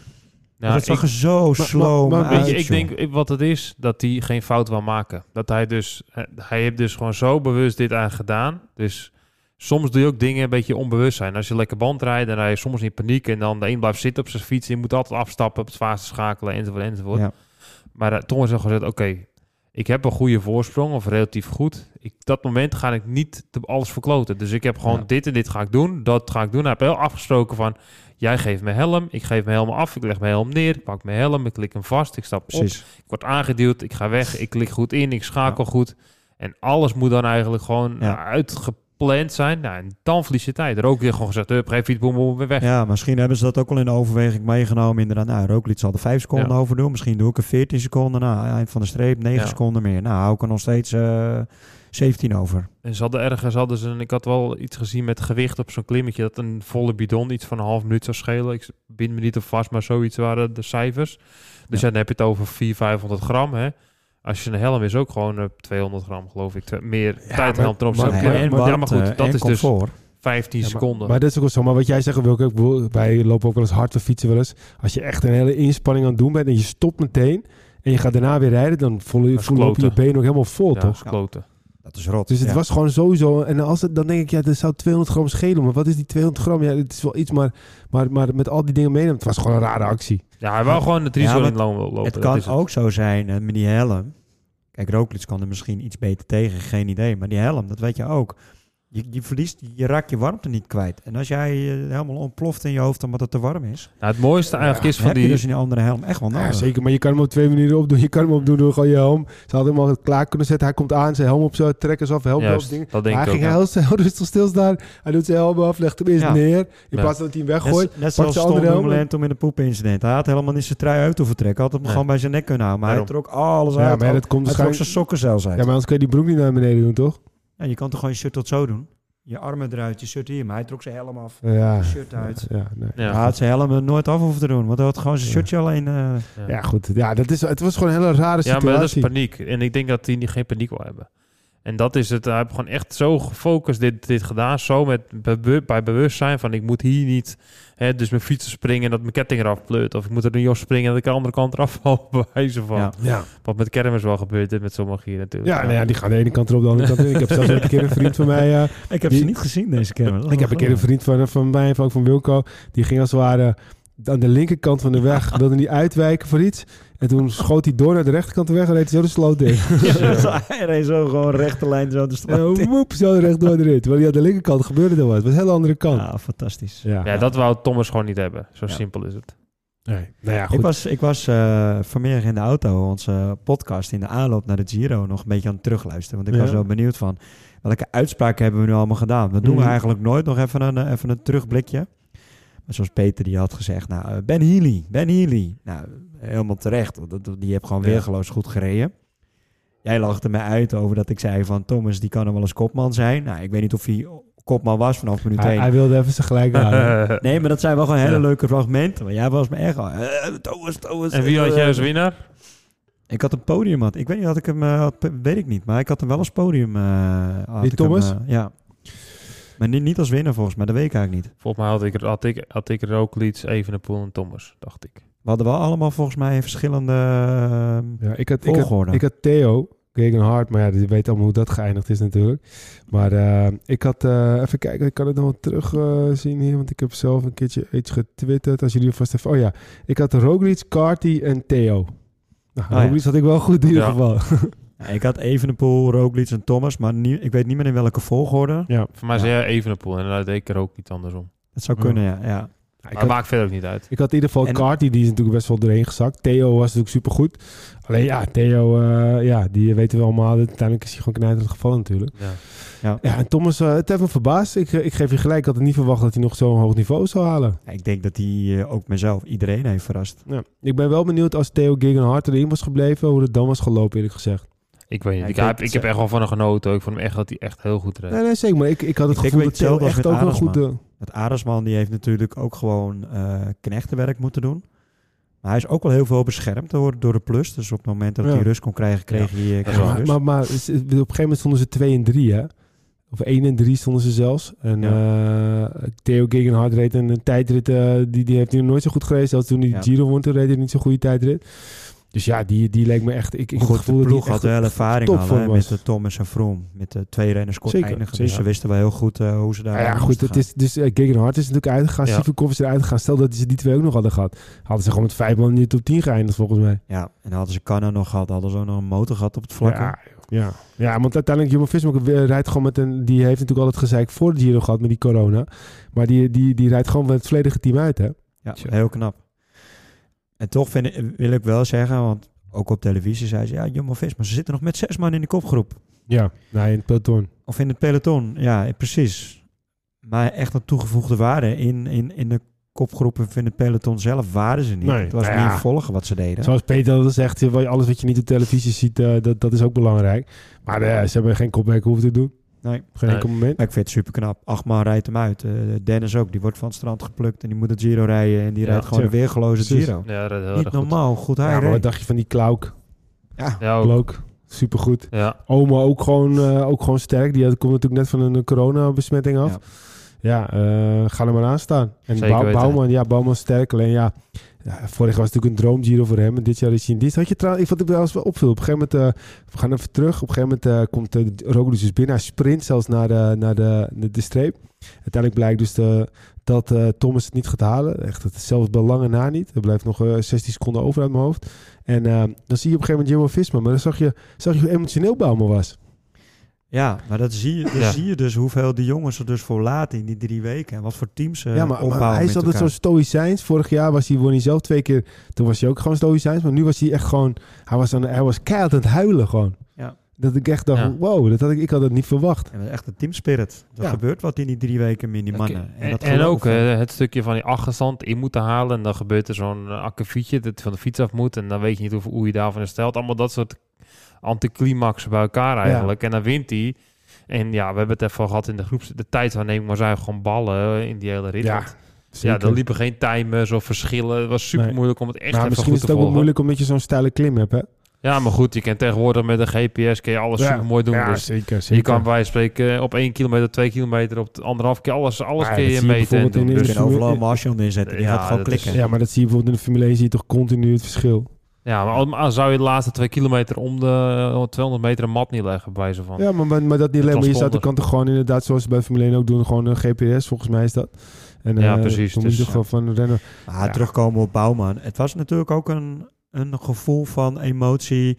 Ja, dat zag er zo maar, slow maar, maar, uit. Weet je, ik denk wat het is, dat hij geen fout wil maken. Dat hij dus, hij heeft dus gewoon zo bewust dit aan gedaan. Dus soms doe je ook dingen een beetje onbewust zijn. Als je lekker band rijdt, dan rij je soms in paniek. En dan de een blijft zitten op zijn fiets. Je moet altijd afstappen, op het zwaarste schakelen, enzovoort, enzovoort. Ja. Maar uh, Tom heeft gezegd, oké, okay, ik heb een goede voorsprong, of relatief goed. Ik, dat moment ga ik niet te alles verkloten. Dus ik heb gewoon ja. dit en dit ga ik doen. Dat ga ik doen. Hij heeft wel afgesproken van, jij geeft me helm. Ik geef mijn helm af. Ik leg mijn helm neer. Ik pak mijn helm. Ik klik hem vast. Ik stap Precies. op. Ik word aangeduwd. Ik ga weg. Ik klik goed in. Ik schakel ja. goed. En alles moet dan eigenlijk gewoon ja. uitgepakt plant zijn, nou, en dan verlies je tijd. Er ook weer gewoon gezegd, hup, geef iets, boem, boem, weer weg. Ja, misschien hebben ze dat ook al in de overweging meegenomen. Inderdaad, nou, Roglic zal er vijf seconden ja. over doen. Misschien doe ik er veertien seconden. Nou, eind van de streep, negen ja. seconden meer. Nou, hou ik er nog steeds uh, zeventien over. En ze hadden ergens, hadden ze, ik had wel iets gezien met gewicht op zo'n klimmetje, dat een volle bidon iets van een half minuut zou schelen. Ik bind me niet op vast, maar zoiets waren de cijfers. Dus ja. ja, dan heb je het over vierhonderd, vijfhonderd gram, hè. Als je een helm is ook gewoon uh, tweehonderd gram, geloof ik. Te, meer ja, tijdhelm ten opzichte. Maar, ja, maar, ja, maar goed, dat is comfort. Dus vijftien ja, seconden. Maar, maar dat is ook wel zo. Maar wat jij zegt, wil ik ook, wij lopen ook wel eens hard, we fietsen wel eens. Als je echt een hele inspanning aan het doen bent en je stopt meteen en je gaat daarna weer rijden, dan voel, voel je je been ook helemaal vol, ja, toch? Kloten. Dat is rot. Dus het ja. was gewoon sowieso... En als het, dan denk ik, ja, dat zou tweehonderd gram schelen. Maar wat is die tweehonderd gram? Ja, het is wel iets, maar, maar, maar met al die dingen meenemen, het was gewoon een rare actie. Ja, hij wou gewoon het risico ja, in lopen. Het kan het. ook zo zijn, uh, met die helm. Kijk, Roglic kan er misschien iets beter tegen, geen idee. Maar die helm, dat weet je ook. Je, je verliest, je raakt je warmte niet kwijt. En als jij uh, helemaal ontploft in je hoofd omdat het te warm is... Nou, het mooiste eigenlijk ja, is van heb die... je dus in die andere helm echt wel nodig. Ja, zeker, maar je kan hem op twee manieren opdoen. Je kan hem opdoen door gewoon je helm. Ze hadden hem al klaar kunnen zetten. Hij komt aan, zijn helm op zo, trekken ze af, helm Juist, op dingen. dat denk hij ik ging ook, heel, heel rustig stilstaan. Hij doet zijn helm af, legt hem eerst Ja. neer. In Ja. plaats van dat hij hem weggooit. Net, net zoals zijn Tom andere helm. Dumoulin in de poepincident. Hij had helemaal niet zijn trui uit hoeven trekken. Hij had hem Nee. gewoon bij zijn nek kunnen houden. Maar Daarom. hij trok alles Ja, uit. maar ja, dat komt hij trok waarschijnlijk... zijn sokken zelfs uit. Ja, maar anders kun je die broek niet naar beneden doen, toch? Ja, je kan toch gewoon je shirt tot zo doen? Je armen eruit, je shirt hier. Maar hij trok zijn helm af. Ja. Je shirt uit. Ja, nee. Ja, hij had zijn helm er nooit af hoeven te doen. Want hij had gewoon zijn Ja. shirtje alleen... Uh, ja. Ja, goed. Ja, dat is, het was gewoon een hele rare Ja, situatie. maar dat is paniek. En ik denk dat hij niet- geen paniek wil hebben. En dat is het. Hij heeft gewoon echt zo gefocust dit, dit gedaan. Zo met bewu- bij bewustzijn van ik moet hier niet... Hè, dus mijn fietsen springen en dat mijn ketting eraf pleurt. Of ik moet er een jos springen en dat ik aan de andere kant eraf val. Bij wijze van. Ja. Ja, Wat met kermis wel gebeurt en met sommige hier natuurlijk. ja, nou ja, die gaan de ene kant erop, de andere kant in. Ik heb zelfs een keer een vriend van mij... uh, ik heb Die- ze niet gezien, deze camera. ik heb een keer een vriend van, van mij, ook van Wilco... die ging als het ware aan de linkerkant van de weg... wilde niet uitwijken voor iets... En toen schoot hij door naar de rechterkant de weg en reed hij zo de sloot in. Ja, hij reed zo gewoon rechte lijn zo de straat in. En woep, zo rechtdoor erin. Terwijl hij aan de linkerkant gebeurde er wat. Het was een hele andere kant. Ja, fantastisch. Ja, Ja, dat wou Thomas gewoon niet hebben. Zo Ja. simpel is het. Nee. Nou ja, goed. Ik was, ik was uh, vanmiddag in de auto, onze podcast in de aanloop naar de Giro, nog een beetje aan het terugluisteren. Want ik Ja. was wel benieuwd van, welke uitspraken hebben we nu allemaal gedaan? Dat doen Mhm. we eigenlijk nooit. Nog even een, uh, even een terugblikje. Maar zoals Peter die had gezegd, nou, uh, Ben Healy, Ben Healy. Nou, helemaal terecht. want dat- Die heeft gewoon Ja. weergeloos goed gereden. Jij lachte mij uit over dat ik zei van, Thomas, die kan er wel eens kopman zijn. Nou, ik weet niet of hij kopman was vanaf minuut hij, één. hij wilde even zijn gelijk houden. Nee, maar dat zijn wel gewoon hele Ja. leuke fragmenten. Maar jij was me echt al... Uh, Thomas, Thomas. En wie had jij als winnaar? Ik had een podium, had. Ik weet niet, had ik hem, uh, had, weet ik niet. Maar ik had hem wel als podium. Uh, had Wie, ik hem, Thomas? uh, ja. Maar niet, niet als winnaar volgens mij, dat weet ik eigenlijk niet. Volgens mij had ik, had ik, had ik Roglic, Evenepoel en Thomas, dacht ik. We hadden wel allemaal volgens mij verschillende uh, Ja, ik, had, ik, had, volgorde. ik had Theo Gegenhard, maar ja, je weet allemaal hoe dat geëindigd is natuurlijk. Maar uh, ik had, uh, even kijken, ik kan het nog wel terug uh, zien hier, want ik heb zelf een keertje iets getwitterd. Als jullie vast even, oh ja, ik had Roglic, Carty en Theo. Nou, Oh, Roglic ja. had ik wel goed in ieder Ja. geval. Ja, ik had Evenepoel, Roglic en Thomas, maar nie, ik weet niet meer in welke volgorde. Ja. Voor mij zei jij Evenepoel en dat deed ik er ook niet andersom. Dat zou Ja. kunnen, ja. ja. Ik Maar had, maakt verder ook niet uit. ik had in ieder geval En- Carty, die is natuurlijk best wel doorheen gezakt. Theo was natuurlijk supergoed. Alleen ja, Theo, uh, ja, die weten we allemaal. Uiteindelijk is hij gewoon knijterend gevallen natuurlijk. Ja. Ja. Ja, en Thomas, uh, het heeft me verbaasd. Ik, ik geef je gelijk, ik had het niet verwacht dat hij nog zo'n hoog niveau zou halen. Ja, ik denk dat hij uh, ook mezelf, iedereen heeft verrast. Ja. Ik ben wel benieuwd als Theo Gegenhard erin was gebleven, hoe het dan was gelopen eerlijk gezegd. Ik weet niet. Ja, ik, ik heb, denk ik heb het- echt wel van hem genoten. Ik vond hem echt dat hij echt heel goed reed. Nee, nee, zeker. Maar ik, ik had het Ik denk gevoel een dat Theo beetje hetzelfde echt als ook met een Arendsman. goede... Het Arendsman die heeft natuurlijk ook gewoon uh, knechtenwerk moeten doen. Maar hij is ook wel heel veel beschermd door, door de plus. Dus op het moment dat Ja. hij rust kon krijgen, kreeg hij, uh, kreeg Ja, hij maar, rust. maar, maar is- op een gegeven moment stonden ze twee en drie, hè? Of één en drie stonden ze zelfs. En Ja. uh, Theo Gegenhard reed een, een tijdrit, uh, die, die heeft hij nog nooit zo goed gereden. Zelfs toen hij Ja. Giro won, toen reed hij niet zo'n goede tijdrit. Dus ja, die, die leek me echt... Ik, ik heb Goed, het gevoel de dat ploeg hij had echt wel ervaring top al, voor hè, was. met de Thomas en Froome. Met de twee renners kort Zeker, eindigen. zeker. Dus ze wisten wel heel goed uh, hoe ze daar Nou ja, aan goed, moesten het is, dus uh, Gegenhard is natuurlijk uitgegaan. Ja. Sivakov is eruit gegaan. Stel dat ze die twee ook nog hadden gehad. Hadden ze gewoon met vijf man in de top tien geëindigd, volgens mij. gaan. Ja, en dan hadden ze Canna nog gehad. Hadden ze ook nog een motor gehad op het vlak. Ja, ja. ja, want uiteindelijk Jumbo-Visma rijdt gewoon met een... Die heeft natuurlijk al het gezeik voor de Giro gehad met die corona. Maar die, die, die rijdt gewoon met het volledige team uit, hè? Ja, Tja. heel knap. En toch vind ik, wil ik wel zeggen, want ook op televisie zei ze, ja, Jumbo-Visma, ze zitten nog met zes man in de kopgroep. Ja, nee, in het peloton. Of in het peloton, ja, precies. Maar echt een toegevoegde waarde in, in, in de kopgroep of in het peloton zelf waren ze niet. Nee, Het was nou niet ja. volgen wat ze deden. Zoals Peter al zegt, je- alles wat je niet op televisie ziet, uh, dat, dat is ook belangrijk. Maar uh, ze hebben geen kopwerk hoeven te doen. Nee. Geen Nee. enkel moment. Maar ik vind het super knap. Achtman rijdt hem uit. Uh, Dennis ook. Die wordt van het strand geplukt en die moet het Giro rijden. En die Ja, rijdt gewoon tja. een weergeloze Precies. Giro. Ja, dat reed heel Niet erg goed. normaal. Goed hij Ja, maar wat reed. dacht je van die Klauk? Ja, Ja, ook. Klauk, supergoed. Ja. Oma ook gewoon, uh, ook gewoon sterk. Die had, komt natuurlijk net van een corona-besmetting af. Ja, uh, ga er maar aan staan. En Zeker Bou- weten. Bouwman, ja, Bouwman sterk. Alleen ja, ja, vorig jaar was het natuurlijk een droom Giro voor hem. En dit jaar is hij in dienst. Had je trouwens, ik vond het wel eens wel opviel. Op een gegeven moment, uh, we gaan even terug. Op een gegeven moment uh, komt uh, Roglic dus binnen. Hij sprint zelfs naar de, naar de, de, de streep. Uiteindelijk blijkt dus de, dat uh, Thomas het niet gaat halen. Echt, het is zelfs bij lange na niet. Er blijft nog uh, zestien seconden over uit mijn hoofd. En uh, dan zie je op een gegeven moment Jumbo-Visma. Maar dan zag je, zag je hoe emotioneel Bouwman was. Ja, maar dat zie je, dan Ja. zie je dus hoeveel de jongens er dus voor laten in die drie weken. En wat voor teams ze Ja, maar, opbouwen maar hij is met altijd zo elkaar. stoïcijns. Vorig jaar was hij, won hij zelf twee keer. Toen was hij ook gewoon stoïcijns. Maar nu was hij echt gewoon... Hij was, aan, hij was keihard aan het huilen gewoon. Ja. Dat ik echt dacht, Ja. wow, dat had ik, ik had het niet verwacht. En echt een teamspirit. Er Ja. gebeurt wat in die drie weken met die mannen. Oké. En, En, dat en geloof ook ik. eh, het stukje van die achterstand in moeten halen. En dan gebeurt er zo'n uh, akkefietje dat van de fiets af moet. En dan weet je niet hoe, hoe je daarvan herstelt. Allemaal dat soort anticlimaxen bij elkaar eigenlijk. En dan wint hij. En ja, we hebben het even gehad in de groeps. De tijdwaarneming was eigenlijk gewoon ballen in die hele rit. Ja, Want, zeker. ja, er liepen geen timers of verschillen. Het was super Nee. moeilijk om het echt Maar even misschien goed is te het ook wel volgen. moeilijk omdat je zo'n steile klim hebt, hè? Ja, maar goed, je kan tegenwoordig met een G P S kun je alles Ja. super mooi doen. Ja, Dus zeker, zeker. je kan bij wijze van spreken op één kilometer, twee kilometer, op de anderhalf keer alles, alles Ja, kun dat je zie je meten en bijvoorbeeld doen. in- in Dus, Je de kan overal een Formule- Marshall inzetten. Die Ja, gaat gewoon dat is- klikken. Ja, maar dat zie je bijvoorbeeld in de Formule één, zie je toch continu het verschil. ja, maar al- maar zou je de laatste twee kilometer om de uh, tweehonderd meter een mat niet leggen bij ze van. Ja, maar, maar, maar dat niet alleen. Maar je staat de transponder. kant toch gewoon inderdaad, zoals ze bij Formule één ook doen, gewoon een G P S, volgens mij is dat. En, Ja, eh, precies. dan Dus, moet je gewoon van rennen. Maar Ja. terugkomen op Bouwman. Het was natuurlijk ook een, een gevoel van emotie.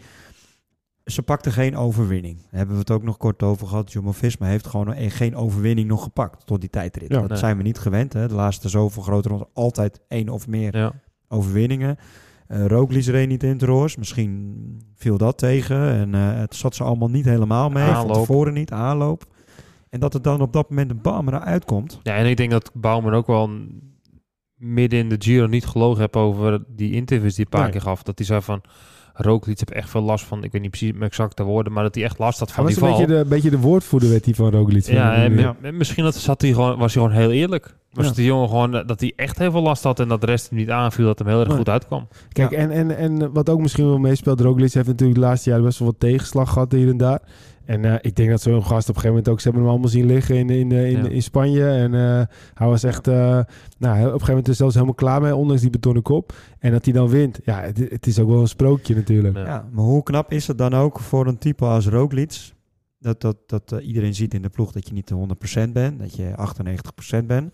Ze pakte geen overwinning. Daar hebben we het ook nog kort over gehad. Jumbo-Visma heeft gewoon e- geen overwinning nog gepakt tot die tijdrit. Ja. dat Nee. zijn we niet gewend. Hè. De laatste zoveel grote rondes altijd één of meer Ja. overwinningen. Uh, Roglic reed niet in het roos. Misschien viel dat tegen. En uh, het zat ze allemaal niet helemaal mee. Aanloop. Van tevoren niet, aanloop. En dat het dan op dat moment een bam eruit komt. ja, en ik denk dat Bouwman ook wel een- midden in de Giro niet gelogen heeft over die interviews die hij een paar Nee. keer gaf. Dat hij zei van, Roglic heeft echt veel last van, ik weet niet precies mijn exacte woorden, maar dat hij echt last had Hij van was die een val. beetje de, beetje de woordvoerder werd hij van Roglic. Ja, en ja. mi- misschien dat zat hij gewoon, was hij gewoon heel eerlijk. Was Ja. die jongen gewoon eh, dat hij echt heel veel last had en dat de rest hem niet aanviel, dat hem heel erg Nee. goed uitkwam. Kijk, Ja. en, en, en wat ook misschien wel meespeelt, Roglic heeft natuurlijk de laatste jaren best wel wat tegenslag gehad hier en daar. En uh, ik denk dat zo'n gast op een gegeven moment ook, ze hebben hem allemaal zien liggen in, in, in, Ja. in Spanje. En uh, hij was echt, uh, nou, op een gegeven moment er zelfs helemaal klaar mee, ondanks die betonnen kop. En dat hij dan wint, ja, het, het is ook wel een sprookje natuurlijk. Ja. Ja, maar hoe knap is het dan ook voor een type als Roglic? Dat, dat, dat uh, iedereen ziet in de ploeg dat je niet de honderd procent bent, dat je achtennegentig procent bent.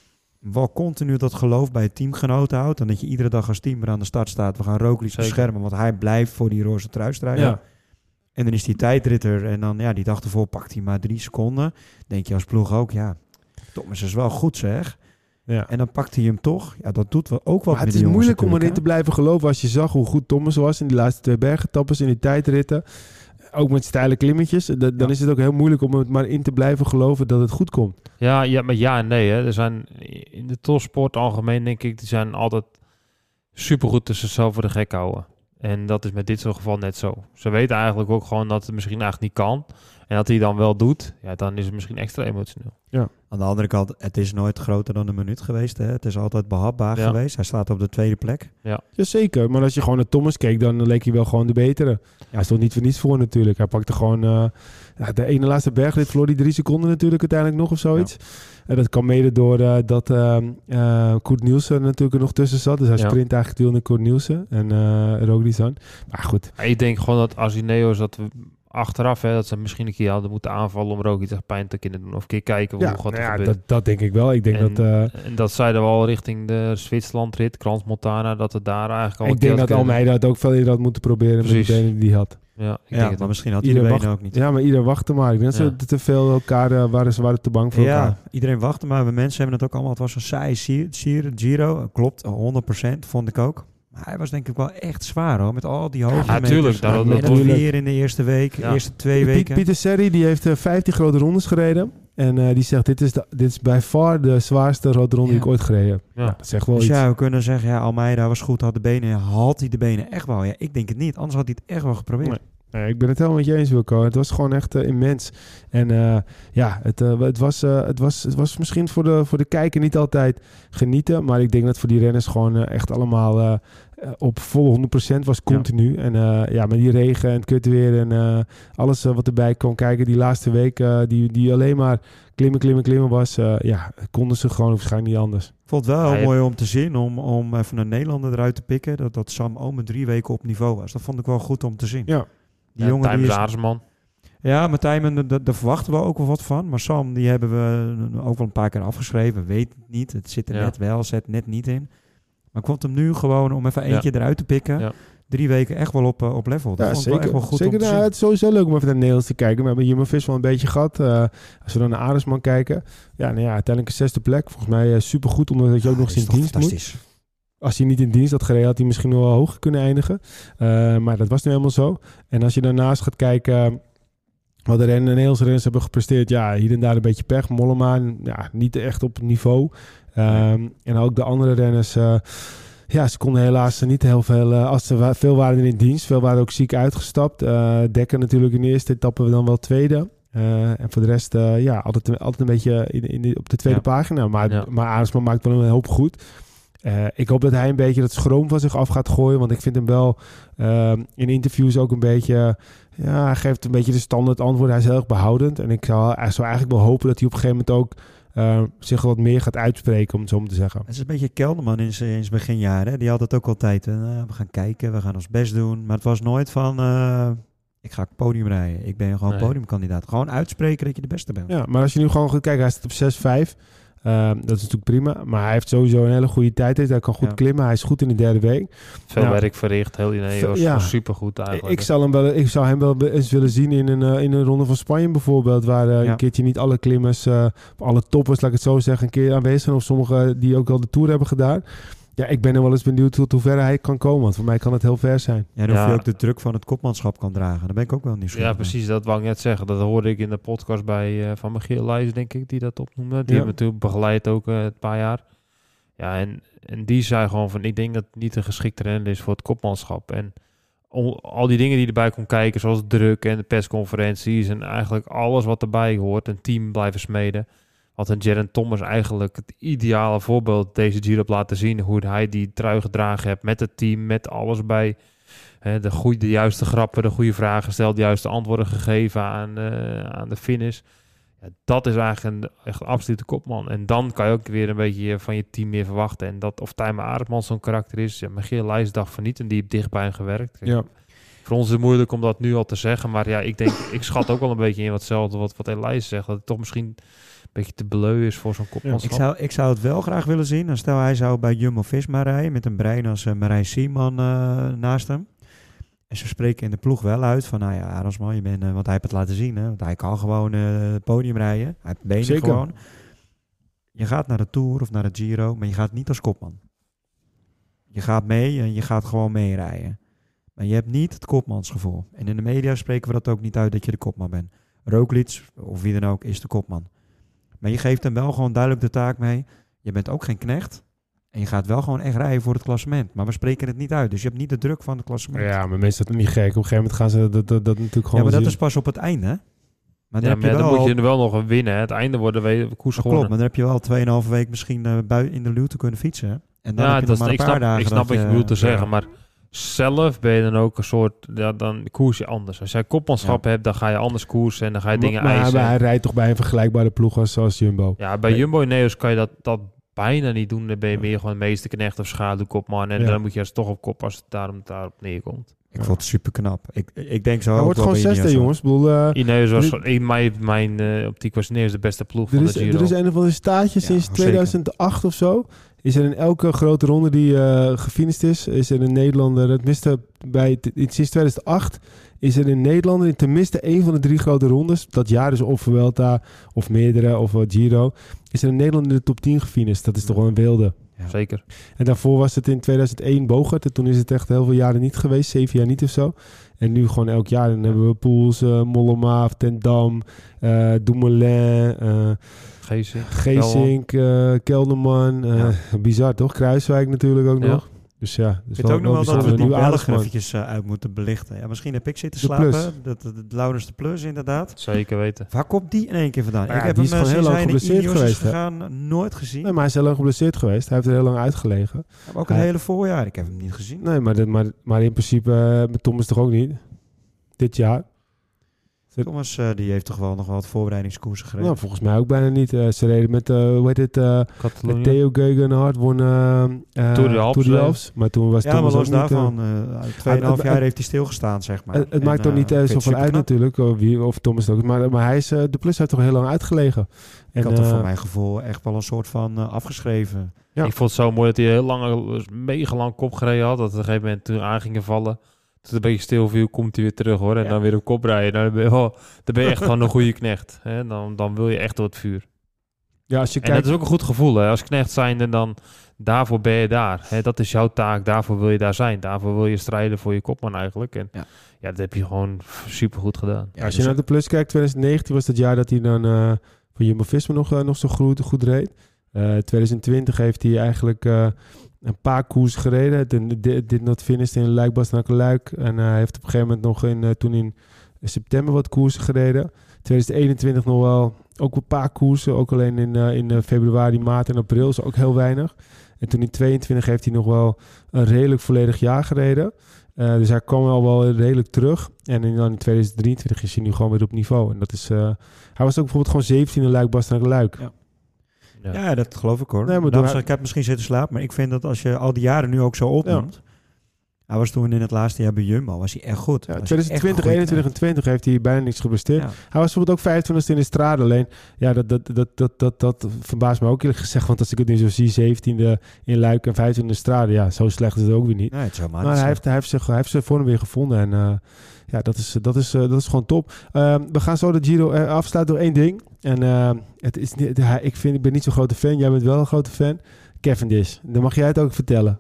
Wel continu dat geloof bij je teamgenoten houdt. En dat je iedere dag als team weer aan de start staat. We gaan Roglic Zeker. beschermen, want hij blijft voor die roze trui strijden. Ja. En dan is die tijdritter. En dan, ja, die dag ervoor pakt hij maar drie seconden. Denk je als ploeg ook, ja, Thomas is wel goed zeg. Ja. En dan pakt hij hem toch. Ja, dat doet wel ook wat Maar met het is die jongens moeilijk om erin natuurlijk, te blijven geloven als je zag hoe goed Thomas was in die laatste twee bergetappes, in die tijdritten. Ook met steile klimmetjes. Da- dan Ja. is het ook heel moeilijk om het maar in te blijven geloven dat het goed komt. Ja, ja, maar ja en nee. Hè. Er zijn in de topsport algemeen, denk ik, die zijn altijd supergoed tussen zichzelf voor de gek houden. En dat is met dit soort geval net zo. Ze weten eigenlijk ook gewoon dat het misschien eigenlijk niet kan. En dat hij dan wel doet, ja, dan is het misschien extra emotioneel. Aan de andere kant, het is nooit groter dan een minuut geweest. Hè? Het is altijd behapbaar Ja. geweest. Hij staat op de tweede plek. Jazeker, maar als je gewoon naar Thomas keek, dan leek hij wel gewoon de betere. Ja, hij stond niet voor niets voor natuurlijk. Hij pakte gewoon... Uh, ja, de ene laatste bergrit verloor hij drie seconden natuurlijk uiteindelijk nog of zoiets. En dat kwam mede door uh, dat uh, uh, Koert Nielsen natuurlijk er nog tussen zat. Dus hij Ja. sprint eigenlijk veel naar Koert Nielsen en uh, Roglic aan. Maar goed, Maar ik denk gewoon dat als Ineos dat we achteraf, hè, dat ze misschien een keer hadden moeten aanvallen om Roglic echt pijn te kunnen doen. Of een keer kijken hoe ja, gaat nou er ja, gebeuren. dat, dat denk ik wel. Ik denk en, dat... Uh, en dat zeiden we al richting de Zwitserlandrit, Crans-Montana, dat het daar eigenlijk al ik een denk keer dat had kunnen- Almeida het ook veel eerder had moeten proberen Precies. met de benen die hij had. Ja, ik Ja, denk het maar ook. misschien had hij de Iedereen benen wacht- ook niet. Ja, maar iedereen wachtte maar. Ik denk dat ze Ja. te veel elkaar uh, waren, ze waren te bang voor elkaar. Ja, iedereen wachtte, maar we mensen hebben het ook allemaal. Het was een saai Giro, Giro, Giro. Klopt, honderd procent vond ik ook. Maar hij was denk ik wel echt zwaar hoor, met al die hoogte. Ja, tuurlijk, dat- En dat dan tuurlijk. weer in de eerste week, Ja. eerste twee Piet- weken. Pieter Serri die heeft uh, vijftien grote rondes gereden. En uh, die zegt, dit is, de, dit is bij far de zwaarste grote ronde Ja. die ik ooit gereden heb. Ja. Nou, dat zegt wel Dus iets. ja, we kunnen zeggen, ja, Almeida was goed, had de benen. Had hij de benen echt wel? Ja, ik denk het niet. Anders had hij het echt wel geprobeerd. Nee. Nee, ik ben het helemaal met je eens, Wilco. Het was gewoon echt uh, immens. En uh, ja, het, uh, het, was, uh, het, was, het was misschien voor de, voor de kijker niet altijd genieten. Maar ik denk dat voor die renners gewoon uh, echt allemaal uh, uh, op volle honderd procent was continu. Ja. En uh, ja, met die regen en het kutweer en uh, alles uh, wat erbij kwam kijken. Die laatste week, uh, die, die alleen maar klimmen, klimmen, klimmen was. Uh, ja, konden ze gewoon waarschijnlijk niet anders. Ik vond het wel heel Ja, je- mooi om te zien, om, om even een Nederlander eruit te pikken. Dat, dat Sam Omen drie weken op niveau was. Dat vond ik wel goed om te zien. Ja. Die Ja, jongen die Tijmen is, Aresman. Ja, maar Tijmen, daar daar verwachten we ook wel wat van. Maar Sam, die hebben we ook wel een paar keer afgeschreven. Weet het niet. Het zit er Ja. net wel, zet net niet in. Maar ik vond hem nu gewoon, om even eentje eruit te pikken. Ja. drie weken echt wel op, uh, op level. Dat ja, vond zeker. Ik wel echt wel goed zeker om te nou, zien. het is sowieso leuk om even naar Nederlands te kijken. We hebben Jumbo-Visma wel een beetje gehad. Uh, als we dan naar Arendsman kijken. Ja, nou ja, uiteindelijk een zesde plek. Volgens mij uh, supergoed, omdat je ook nog eens in dienst moet. Als hij niet in dienst had gereden, had hij misschien nog wel hoger kunnen eindigen. Uh, maar dat was nu helemaal zo. En als je daarnaast gaat kijken... Wat de rennen, Nederlandse renners hebben gepresteerd. Ja, hier en daar een beetje pech. Mollema, ja, niet echt op niveau. Um, en ook de andere renners... Uh, ja, ze konden helaas niet heel veel... Uh, als ze wa- veel waren in dienst. Veel waren ook ziek uitgestapt. Uh, Dekker natuurlijk in de eerste etappe dan wel tweede. Uh, en voor de rest, uh, ja, altijd, altijd een beetje in, in de, op de tweede ja. pagina. Maar, ja. maar Arendsman maakt wel een hoop goed. Uh, ik hoop dat hij een beetje dat schroom van zich af gaat gooien. Want ik vind hem wel uh, in interviews ook een beetje... Ja, hij geeft een beetje de standaard antwoord. Hij is heel erg behoudend. En ik zou, hij zou eigenlijk wel hopen dat hij op een gegeven moment ook... Uh, zich wat meer gaat uitspreken, om het zo maar te zeggen. Het is een beetje Kelderman in zijn beginjaren. Hè? Die had het ook altijd. Uh, we gaan kijken, we gaan ons best doen. Maar het was nooit van... Uh, ik ga podium rijden. Ik ben gewoon nee. podiumkandidaat. Gewoon uitspreken dat je de beste bent. Ja, maar als je nu gewoon gaat kijken, hij staat op zes vijf. Uh, dat is natuurlijk prima. Maar hij heeft sowieso een hele goede tijd. Hij kan goed ja. klimmen. Hij is goed in de derde week. Veel ja. werk verricht. Heel Ineos. Ja. Supergoed eigenlijk. Ik zal hem wel, ik zou hem wel eens willen zien in een, uh, in een ronde van Spanje bijvoorbeeld. Waar uh, ja. een keertje niet alle klimmers, uh, alle toppers, laat ik het zo zeggen, een keer aanwezig zijn. Of sommigen die ook al de Tour hebben gedaan. Ja, ik ben er wel eens benieuwd tot hoe ver hij kan komen. Want voor mij kan het heel ver zijn. Ja, dan ja. of je ook de druk van het kopmanschap kan dragen. Daar ben ik ook wel nieuwsgierig. Ja, precies. Dat wou ik net zeggen. Dat hoorde ik in de podcast bij uh, van Michiel Leijs, denk ik, die dat opnoemde. Die ja. hebben natuurlijk begeleid ook uh, een paar jaar. Ja, en, en die zei gewoon van, ik denk dat het niet een geschikte renner is voor het kopmanschap. En al, al die dingen die erbij kon kijken, zoals druk en de persconferenties en eigenlijk alles wat erbij hoort. Een team blijven smeden. Wat een Geraint Thomas eigenlijk het ideale voorbeeld deze Giro op laten zien. Hoe hij die trui gedragen heeft met het team, met alles bij. He, de, goede, de juiste grappen, de goede vragen gesteld, de juiste antwoorden gegeven aan, uh, aan de finish. Ja, dat is eigenlijk een echt absolute kopman. En dan kan je ook weer een beetje van je team meer verwachten. En dat of Tijmen Arendsman zo'n karakter is. Ja, Michiel Leijs dacht van niet en die heeft dicht bij hem gewerkt. Kijk, ja. Voor ons is het moeilijk om dat nu al te zeggen. Maar ja, ik denk, ik schat ook wel een beetje in wat hetzelfde wat, wat Leijs zegt. Dat het toch misschien... beetje te bleu is voor zo'n kopmanschap. Ik zou, ik zou het wel graag willen zien. Dan stel hij zou bij Jumbo-Visma rijden met een brein als uh, Marijn Sieman uh, naast hem. En ze spreken in de ploeg wel uit van, nou ja, Arendsman, je bent, uh, want hij heeft het laten zien, hè, want hij kan gewoon uh, het podium rijden. Hij heeft benen Zeker. gewoon. Je gaat naar de Tour of naar de Giro, maar je gaat niet als kopman. Je gaat mee en je gaat gewoon meerijden. Maar je hebt niet het kopmansgevoel. En in de media spreken we dat ook niet uit dat je de kopman bent. Roglic, of wie dan ook, is de kopman. Maar je geeft hem wel gewoon duidelijk de taak mee. Je bent ook geen knecht. En je gaat wel gewoon echt rijden voor het klassement. Maar we spreken het niet uit. Dus je hebt niet de druk van het klassement. Ja, maar mensen dat niet gek. Op een gegeven moment gaan ze dat, dat, dat natuurlijk gewoon Ja, maar dat zien. is pas op het einde. Maar dan, ja, heb maar je dan wel... moet je er wel nog een winnen. Hè. Het einde worden we koers gewonnen. Klopt, maar dan heb je wel tweeënhalve week misschien uh, bui- in de luw te kunnen fietsen. Hè? En dan ja, heb je dat nog maar is, een ik paar snap, dagen. ik snap wat je bedoelt te zeggen. Ja. Maar zelf ben je dan ook een soort... Ja, dan koers je anders. Als jij kopmanschap ja. hebt, dan ga je anders koersen. En dan ga je dingen maar, eisen. Maar hij rijdt toch bij een vergelijkbare ploeg als, als Jumbo. Ja, bij nee. Jumbo en Ineos kan je dat, dat bijna niet doen. Dan ben je meer gewoon meesterknecht of schaduwkopman. En ja. dan moet je als toch op kop als het daarom daarop neerkomt. Ik ja. vond het super knap. Ik, ik denk zo. Hij wordt gewoon zesde, jongens. Bedoel, uh, Ineos was dit, in mijn, mijn uh, optiek was Ineos de beste ploeg van is, de Giro. Er is een of andere staatje ja, sinds tweeduizend acht of zo. Is er in elke grote ronde die uh, gefinished is, is er een Nederlander. Het miste bij t- sinds tweeduizend acht is er een Nederlander in tenminste één van de drie grote rondes. Dat jaar is of Vuelta of meerdere of uh, Giro. Is er een Nederlander in de top tien gefinished. Dat is toch wel een wilde. Ja. Zeker. En daarvoor was het in tweeduizend één Bogert. En toen is het echt heel veel jaren niet geweest. Zeven jaar niet of zo. En nu gewoon elk jaar. Dan hebben we Poels, uh, Mollema, Ten Dam, uh, Dumoulin, uh, Geesink, Geesink uh, Kelderman. Uh, ja. Bizar toch? Kruiswijk natuurlijk ook ja. nog. Dus ja, dus ik weet ook nog wel dat we het nu aardig man. eventjes uh, uit moeten belichten. Ja, misschien heb ik zitten de slapen. Plus. Dat, dat, dat Laurens de Plus inderdaad. Zeker weten. Waar komt die in één keer vandaan? Ja, ik heb die hem is gewoon heel lang geblesseerd geweest. Gegaan, nooit gezien. Nee, maar hij is heel lang geblesseerd geweest. Hij heeft er heel lang uitgelegen. Maar ook een hij... hele voorjaar. Ik heb hem niet gezien. Nee, maar, dit, maar, maar in principe uh, met Thomas toch ook niet? Dit jaar. Thomas, uh, die heeft toch wel nog wat voorbereidingskoersen gereden? Nou, volgens mij ook bijna niet. Uh, ze reden met, uh, hoe heet het, uh, met Theo Geugenhardt won uh, uh, Tour de Alps. Tour de Alps. Maar toen was ja, Thomas maar los ook niet... daarvan, uh, tweeënhalf uh, jaar heeft hij stilgestaan, zeg maar. Het, het en, maakt toch uh, niet uh, zoveel uit natuurlijk, of, wie, of Thomas ook. Maar, maar hij is, uh, de Plus heeft toch heel lang uitgelegen. En, ik had uh, er voor mijn gevoel echt wel een soort van uh, afgeschreven. Ja. Ik vond het zo mooi dat hij heel lang, mega lang kop gereden had. Dat op een gegeven moment toen aan gingen vallen. Dat het een beetje stil viel, komt hij weer terug hoor. En ja. dan weer op kop rijden. Dan ben je, oh, dan ben je echt gewoon een goede knecht. Hè? Dan, dan wil je echt door het vuur. Ja, als je en kijkt... dat is ook een goed gevoel. Hè? Als knecht zijnde, dan daarvoor ben je daar. Hè? Dat is jouw taak, daarvoor wil je daar zijn. Daarvoor wil je strijden voor je kopman eigenlijk. En ja, ja dat heb je gewoon supergoed gedaan. Ja, als je naar de Plus kijkt, twintig negentien was het jaar dat hij dan uh, van Jumbo-Visma nog, uh, nog zo goed, goed reed. Uh, twintig twintig heeft hij eigenlijk... Uh, een paar koers gereden. Dit, dit not finished in Luik, Bastenaken-Luik. En hij uh, heeft op een gegeven moment nog in, uh, toen in september wat koersen gereden. twintig eenentwintig nog wel ook een paar koersen. Ook alleen in, uh, in uh, februari, maart en april. Is ook heel weinig. En toen in tweeëntwintig heeft hij nog wel een redelijk volledig jaar gereden. Uh, dus hij kwam al wel redelijk terug. En in, dan in twintig drieëntwintig is hij nu gewoon weer op niveau. En dat is... Uh, hij was ook bijvoorbeeld gewoon zeventien in Luik, Bastenaken-Luik. Ja. Ja. ja, dat geloof ik hoor. Nee, maar Daarom, ik heb misschien zitten slapen, maar ik vind dat als je al die jaren nu ook zo opnoemt... Ja. Hij was toen in het laatste jaar bij Jumbo, was hij echt goed. Ja, twintig twintig, eenentwintig en twintig heeft hij bijna niks gepresteerd. Ja. Hij was bijvoorbeeld ook vijfentwintigste in de Strade. Alleen, ja, dat, dat, dat, dat, dat, dat verbaast me ook eerlijk gezegd. Want als ik het nu zo zie, zeventiende in Luik en vijftiende in de Strade. Ja, zo slecht is het ook weer niet. Nee, het zou maar maar hij heeft, hij, heeft zich, hij heeft zijn vorm weer gevonden. En uh, ja, dat is, dat, is, uh, dat is gewoon top. Uh, we gaan zo de Giro uh, afsluiten door één ding. En uh, het is niet, uh, ik, vind, ik ben niet zo'n grote fan. Jij bent wel een grote fan. Cavendish. Dan mag jij het ook vertellen.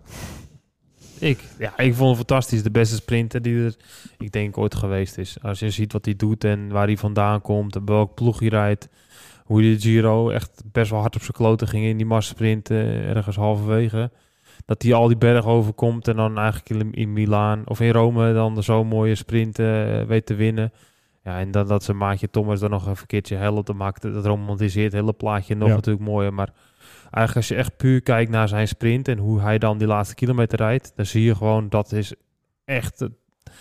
Ik, ja, ik vond het fantastisch. De beste sprinter die er, ik denk, ooit geweest is. Als je ziet wat hij doet en waar hij vandaan komt, en welk ploeg hij rijdt, hoe hij de Giro echt best wel hard op zijn kloten ging in die massasprint uh, ergens halverwege. Dat hij al die berg overkomt en dan eigenlijk in, in Milaan of in Rome dan zo'n mooie sprint uh, weet te winnen. Ja, en dan dat zijn maatje Thomas dan nog een verkeertje helpt, dan maakt dat romantiseert het hele plaatje nog ja. natuurlijk mooier. Maar eigenlijk als je echt puur kijkt naar zijn sprint en hoe hij dan die laatste kilometer rijdt, dan zie je gewoon dat is echt, uh,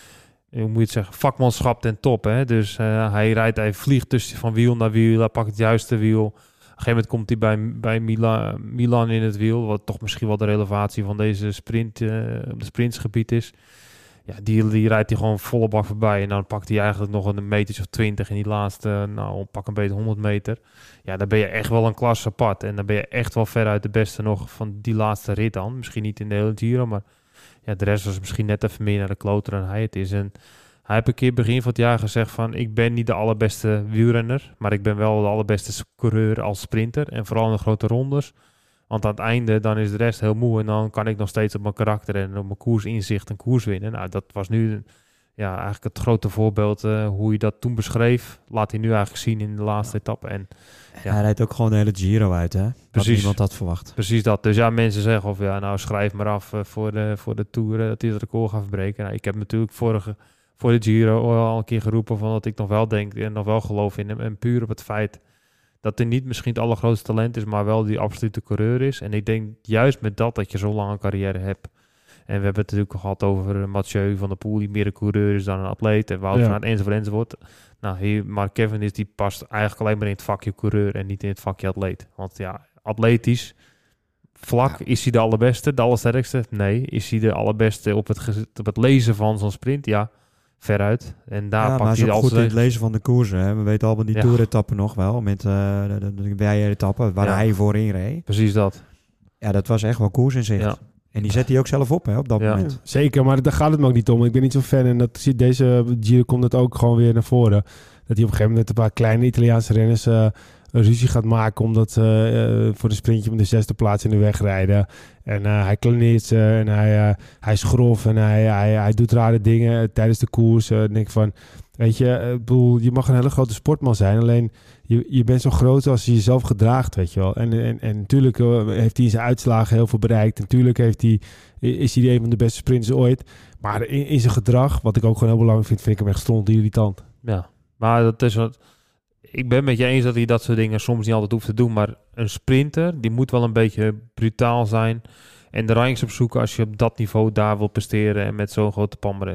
hoe moet je het zeggen, vakmanschap ten top. Hè? Dus uh, hij rijdt, hij vliegt tussen van wiel naar wiel, hij pakt het juiste wiel. Op een gegeven moment komt hij bij, bij Mila, Milan in het wiel, wat toch misschien wel de relevatie van deze sprint, uh, de sprintsgebied is. Ja, die, die rijdt hij gewoon volle bak voorbij. En dan pakt hij eigenlijk nog een metertje of twintig in die laatste, nou, pak een beetje honderd meter. Ja, dan ben je echt wel een klasse apart. En dan ben je echt wel veruit de beste nog van die laatste rit dan. Misschien niet in de hele Giro, maar ja, de rest was misschien net even meer naar de kloter dan hij het is. En hij heeft een keer begin van het jaar gezegd van, ik ben niet de allerbeste wielrenner, maar ik ben wel de allerbeste coureur als sprinter. En vooral in de grote rondes. Want aan het einde, dan is de rest heel moe. En dan kan ik nog steeds op mijn karakter en op mijn koersinzicht een koers winnen. Nou, dat was nu ja, eigenlijk het grote voorbeeld. Uh, hoe je dat toen beschreef, laat hij nu eigenlijk zien in de laatste ja. etappe. En, ja. Hij rijdt ook gewoon de hele Giro uit, hè? Precies. Dat niemand had verwacht. Precies dat. Dus ja, mensen zeggen of ja, nou schrijf maar af uh, voor, de, voor de Tour uh, dat hij het record gaat verbreken. Nou, ik heb natuurlijk vorige, voor de Giro al een keer geroepen van dat ik nog wel denk en nog wel geloof in hem. En puur op het feit dat hij niet misschien het allergrootste talent is, maar wel die absolute coureur is. En ik denk juist met dat, dat je zo'n lange carrière hebt. En we hebben het natuurlijk gehad over Mathieu van der Poel, die meer een coureur is dan een atleet. En Wout ja. van Aert enzovoort enzovoort. Nou, hier, maar Kevin is die past eigenlijk alleen maar in het vakje coureur en niet in het vakje atleet. Want ja, atletisch vlak, ja. is hij de allerbeste, de allersterkste? Nee. Is hij de allerbeste op het, op het lezen van zo'n sprint? Ja. Veruit. En daar ja, pakt hij hij goed in het lezen van de koersen. Hè? We weten allemaal die ja. Tour-etappen nog wel. Met uh, de, de, de Weijer-etappen waar ja. hij voorin reed. Precies dat. Ja, dat was echt wel koers in zicht. Ja. En die zet hij ook zelf op hè, op dat ja. moment. Zeker, maar daar gaat het me ook niet om. Ik ben niet zo'n fan. En dat ziet deze Giro komt het ook gewoon weer naar voren. Dat hij op een gegeven moment een paar kleine Italiaanse renners Uh, een ruzie gaat maken omdat uh, uh, voor een sprintje om de zesde plaats in de weg rijden. En uh, hij klaneert ze en hij, uh, hij is grof en hij, hij, hij doet rare dingen uh, tijdens de koers. Uh, denk van, weet je, uh, bedoel, je mag een hele grote sportman zijn, alleen je, je bent zo groot als je jezelf gedraagt, weet je wel. En, en, en natuurlijk uh, heeft hij in zijn uitslagen heel veel bereikt. En natuurlijk heeft hij, is hij een van de beste sprinters ooit. Maar in, in zijn gedrag, wat ik ook gewoon heel belangrijk vind, vind ik hem echt stront irritant. Ja, maar dat is wat. Ik ben met je eens dat hij dat soort dingen soms niet altijd hoeft te doen. Maar een sprinter, die moet wel een beetje brutaal zijn. En de ranks opzoeken als je op dat niveau daar wil presteren en met zo'n grote palmares.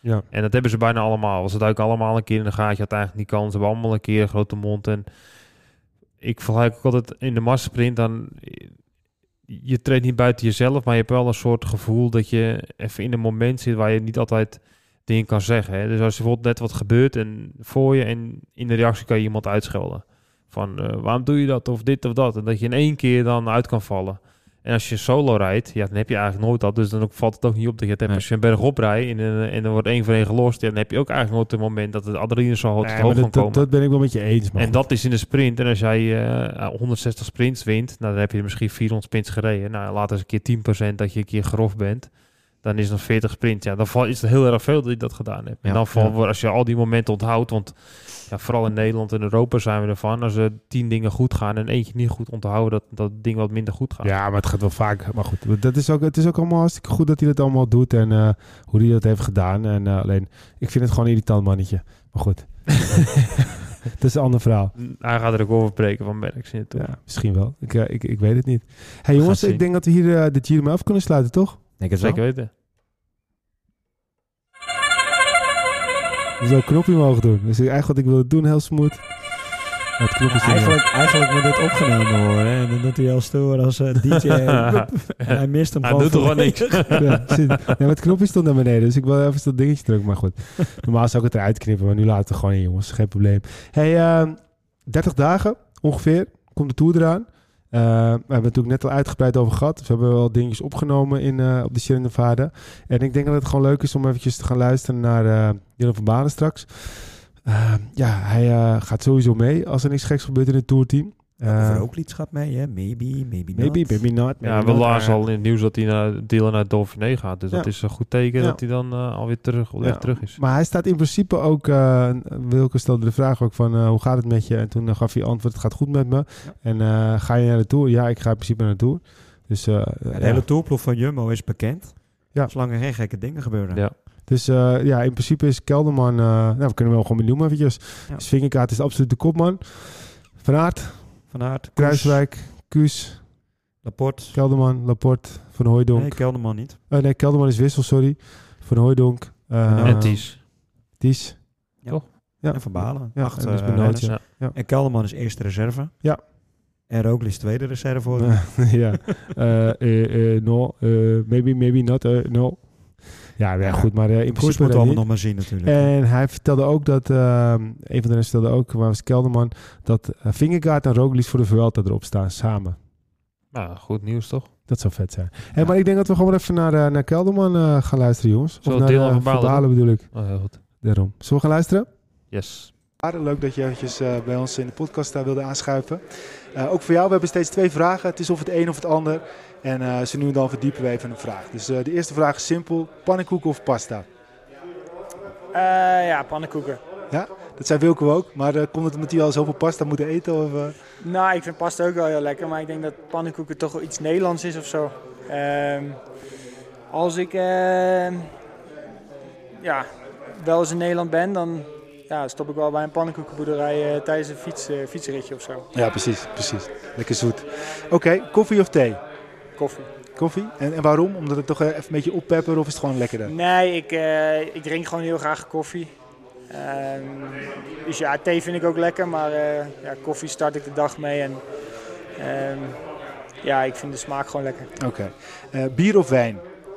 Ja. En dat hebben ze bijna allemaal. Ze duiken allemaal een keer in de gaatje, had eigenlijk niet kans. Ze hebben allemaal een keer een grote mond. En ik vergelijk ook altijd in de massasprint, dan je treedt niet buiten jezelf, maar je hebt wel een soort gevoel dat je even in een moment zit waar je niet altijd dingen kan zeggen. Hè? Dus als er bijvoorbeeld net wat gebeurt en voor je en in de reactie kan je iemand uitschelden. Van uh, waarom doe je dat of dit of dat? En dat je in één keer dan uit kan vallen. En als je solo rijdt, ja, dan heb je eigenlijk nooit dat. Dus dan ook, valt het ook niet op dat je het hebt. Nee. Als je een berg oprijdt en, uh, en er wordt één voor één gelost, ja, dan heb je ook eigenlijk nooit een moment dat het adrenaline zo hoog, nee, hoog kan komen. Dat ben ik wel met je eens. Man. En dat is in de sprint. En als jij uh, honderdzestig sprints wint, nou, dan heb je misschien vierhonderd sprints gereden. Nou, laat eens een keer tien procent dat je een keer grof bent. Dan is het nog veertig sprint. Ja, dan val, is het heel erg veel dat je dat gedaan hebt. Ja, en dan val, ja. als je al die momenten onthoudt, want ja, vooral in Nederland en Europa zijn we ervan. Als er tien dingen goed gaan en eentje niet goed onthouden, dat dat ding wat minder goed gaat. Ja, maar het gaat wel vaak. Maar goed, dat is ook, het is ook allemaal hartstikke goed dat hij dat allemaal doet en uh, hoe hij dat heeft gedaan. En uh, alleen, ik vind het gewoon een irritant mannetje. Maar goed. Dat is een ander verhaal. Hij gaat er ook over breken van Merckx. Ja, misschien wel. Ik, uh, ik, ik weet het niet. Hey jongens, ik denk dat we hier uh, de Giro mee af kunnen sluiten, toch? Ik het zeker weten. We zouden een knopje mogen doen. Dus eigenlijk wat ik wilde doen, heel smooth. Ja, eigenlijk, eigenlijk moet dit opgenomen worden. En dan doet hij heel stoer als uh, D J. Hij mist hem hij gewoon. Hij doet toch wel niks. Ja, nee, maar het knopje stond naar beneden. Dus ik wil even dat dingetje drukken. Maar goed, normaal zou ik het eruit knippen. Maar nu laten we het gewoon in, jongens. Geen probleem. Hey, uh, dertig dagen ongeveer. Komt de Tour eraan. Uh, we hebben het natuurlijk net al uitgebreid over gehad. Dus we hebben wel dingetjes opgenomen in, uh, op de Sierra Nevada. En ik denk dat het gewoon leuk is om eventjes te gaan luisteren naar uh, Dylan van Baarle straks. Uh, ja, hij uh, gaat sowieso mee als er niks geks gebeurt in het tourteam. Uh, Over ook iets gaat mee, hè? Maybe, maybe not. Maybe, maybe not. Maybe ja, we lazen al in het nieuws dat hij naar Dylan naar Dauphiné gaat. Dus ja. dat is een goed teken ja. dat hij dan uh, alweer terug, ja. terug is. Maar hij staat in principe ook... Uh, Wilke stelde de vraag ook van uh, hoe gaat het met je? En toen uh, gaf hij antwoord, het gaat goed met me. Ja. En uh, ga je naar de Tour? Ja, ik ga in principe naar de Tour. Dus, uh, ja, de ja. hele tourploeg van Jumbo is bekend. Ja. Zolang er geen gekke dingen gebeuren. Ja. Dus uh, ja, in principe is Kelderman... Uh, nou, we kunnen wel gewoon benoemen eventjes. Ja. Dus Vingegaard is absoluut de kopman. Van Aert... Van Aert, Kruiswijk, Kuus, Laporte, Kelderman, Laporte, Van Hooijdonk. Nee, Kelderman niet. Uh, nee, Kelderman is wissel, sorry. Van Hooijdonk. Uh, en Ties. Ties. Ja. Toch? Ja. En Van Baarle. Ja, Acht, en, dus uh, Benoot, ja. Ja. En Kelderman is eerste reserve. Ja. En Roglic is tweede reserve voor uh, ja. uh, uh, uh, no, uh, maybe, maybe not, uh, no. Ja, ja, goed, maar uh, in principe moeten we allemaal nog maar zien natuurlijk. En hij vertelde ook dat, uh, een van de rest vertelde ook, waar was Kelderman, dat uh, Vingegaard en Roglic voor de Vuelta erop staan, samen. Nou, goed nieuws toch? Dat zou vet zijn. Ja. Hey, maar ik denk dat we gewoon even naar, uh, naar Kelderman uh, gaan luisteren, jongens. Zo, of naar Dylan uh, van Baarle bedoel ik. Oh, heel goed. Daarom. Zullen we gaan luisteren? Yes. Leuk dat je eventjes uh, bij ons in de podcast uh, wilde aanschuiven. Uh, ook voor jou, we hebben steeds twee vragen. Het is of het een of het ander. En uh, zo nu en dan verdiepen we even een vraag. Dus uh, de eerste vraag is simpel. Pannenkoeken of pasta? Uh, ja, pannenkoeken. Ja, dat zei Wilco ook. Maar uh, komt het omdat hij al zoveel pasta moet eten? Of, uh... Nou, ik vind pasta ook wel heel lekker. Maar ik denk dat pannenkoeken toch wel iets Nederlands is of zo. Uh, als ik uh, ja, wel eens in Nederland ben, dan... Ja, stop ik wel bij een pannenkoekenboerderij uh, tijdens een fiets, uh, fietsritje of zo. Ja, precies, precies. Lekker zoet. Oké, okay, koffie of thee? Koffie. Koffie? En, en waarom? Omdat het toch even een beetje oppepper of is het gewoon lekkerder? Nee, ik, uh, ik drink gewoon heel graag koffie. Uh, dus ja, thee vind ik ook lekker, maar uh, ja, koffie start ik de dag mee. En uh, ja, ik vind de smaak gewoon lekker. Oké. Okay. Uh, bier of wijn?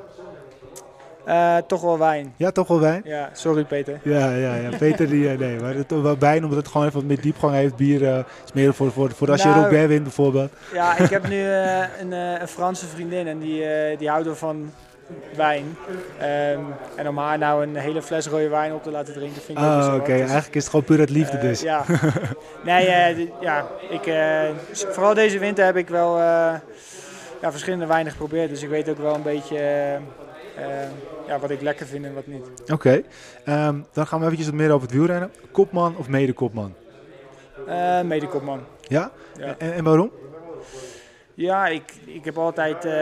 Uh, toch wel wijn. Ja, toch wel wijn? Ja, sorry Peter. Ja, ja, ja. Peter, die, nee, maar het, wel wijn omdat het gewoon even wat meer diepgang heeft. Bier uh, is meer voor, voor, voor als nou, je Robert wint bijvoorbeeld. Ja, ik heb nu uh, een, uh, een Franse vriendin en die, uh, die houdt wel van wijn. Um, en om haar nou een hele fles rode wijn op te laten drinken vind ik oh, ook zo. Oké, okay. dus, eigenlijk is het gewoon puur uit liefde uh, dus. Ja. Nee, uh, d- ja, ik, uh, vooral deze winter heb ik wel uh, ja, verschillende wijnen geprobeerd. Dus ik weet ook wel een beetje... Uh, Uh, ja, wat ik lekker vind en wat niet. Oké, okay. um, dan gaan we eventjes wat meer over het wielrennen. Kopman of mede-kopman? Uh, mede-kopman. Ja? Ja. En, en waarom? Ja, ik, ik heb altijd uh,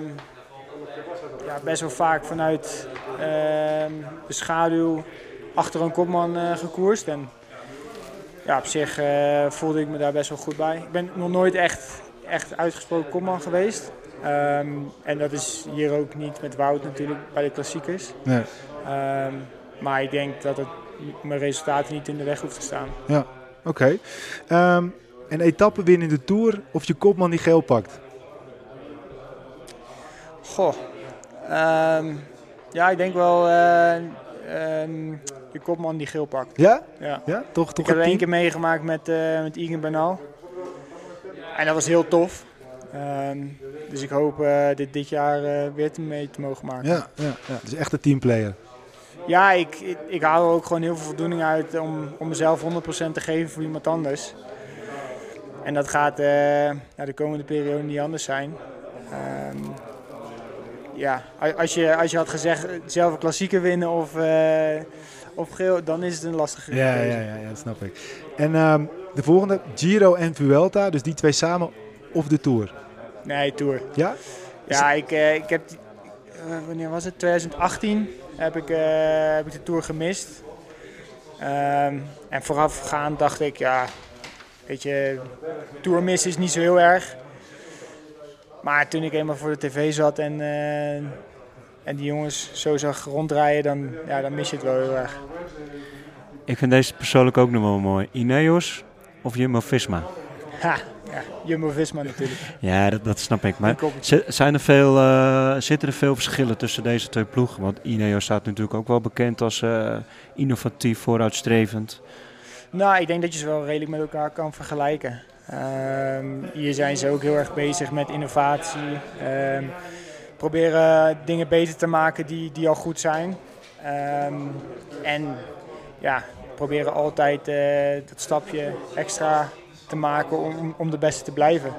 ja, best wel vaak vanuit uh, de schaduw achter een kopman uh, gekoerst. En ja, op zich uh, voelde ik me daar best wel goed bij. Ik ben nog nooit echt, echt uitgesproken kopman geweest. Um, en dat is hier ook niet met Wout natuurlijk bij de klassiekers. Nee. Um, Maar ik denk dat het mijn resultaten niet in de weg hoeft te staan. Ja, oké. Okay. Um, een etappe winnen in de Tour of je kopman die geel pakt? Goh. Um, ja, ik denk wel uh, um, de kopman die geel pakt. Ja? Ja, ja toch, toch ik heb één keer meegemaakt met, uh, met Egan Bernal. En dat was heel tof. Um, dus ik hoop uh, dit, dit jaar uh, weer te mee te mogen maken. Ja, ja, ja. Dus echt een teamplayer. Ja, ik, ik, ik haal er ook gewoon heel veel voldoening uit om, om mezelf honderd procent te geven voor iemand anders. En dat gaat uh, nou, de komende periode niet anders zijn. Um, ja, als je, als je had gezegd zelf een klassieker winnen of, uh, of geel, dan is het een lastige ja, keuze. Ja, ja, ja, dat snap ik. En um, de volgende, Giro en Vuelta, dus die twee samen of de Tour? Nee, Tour. Ja? Ja, ik, uh, ik heb, uh, wanneer was het? twintig achttien heb ik, uh, heb ik de Tour gemist. Um, en voorafgaand dacht ik, ja, weet je, Tour missen is niet zo heel erg. Maar toen ik eenmaal voor de tv zat en, uh, en die jongens zo zag rondrijden, dan, ja, dan mis je het wel heel erg. Ik vind deze persoonlijk ook nog wel mooi. Ineos of Jumbo-Visma? Ha, ja, Jumbo-Visma natuurlijk. Ja, dat, dat snap ik. Maar zijn er veel, uh, zitten er veel verschillen tussen deze twee ploegen? Want Ineos staat natuurlijk ook wel bekend als uh, innovatief, vooruitstrevend. Nou, ik denk dat je ze wel redelijk met elkaar kan vergelijken. Um, hier zijn ze ook heel erg bezig met innovatie. Um, proberen dingen beter te maken die, die al goed zijn. Um, en ja, proberen altijd uh, dat stapje extra te maken om, om de beste te blijven.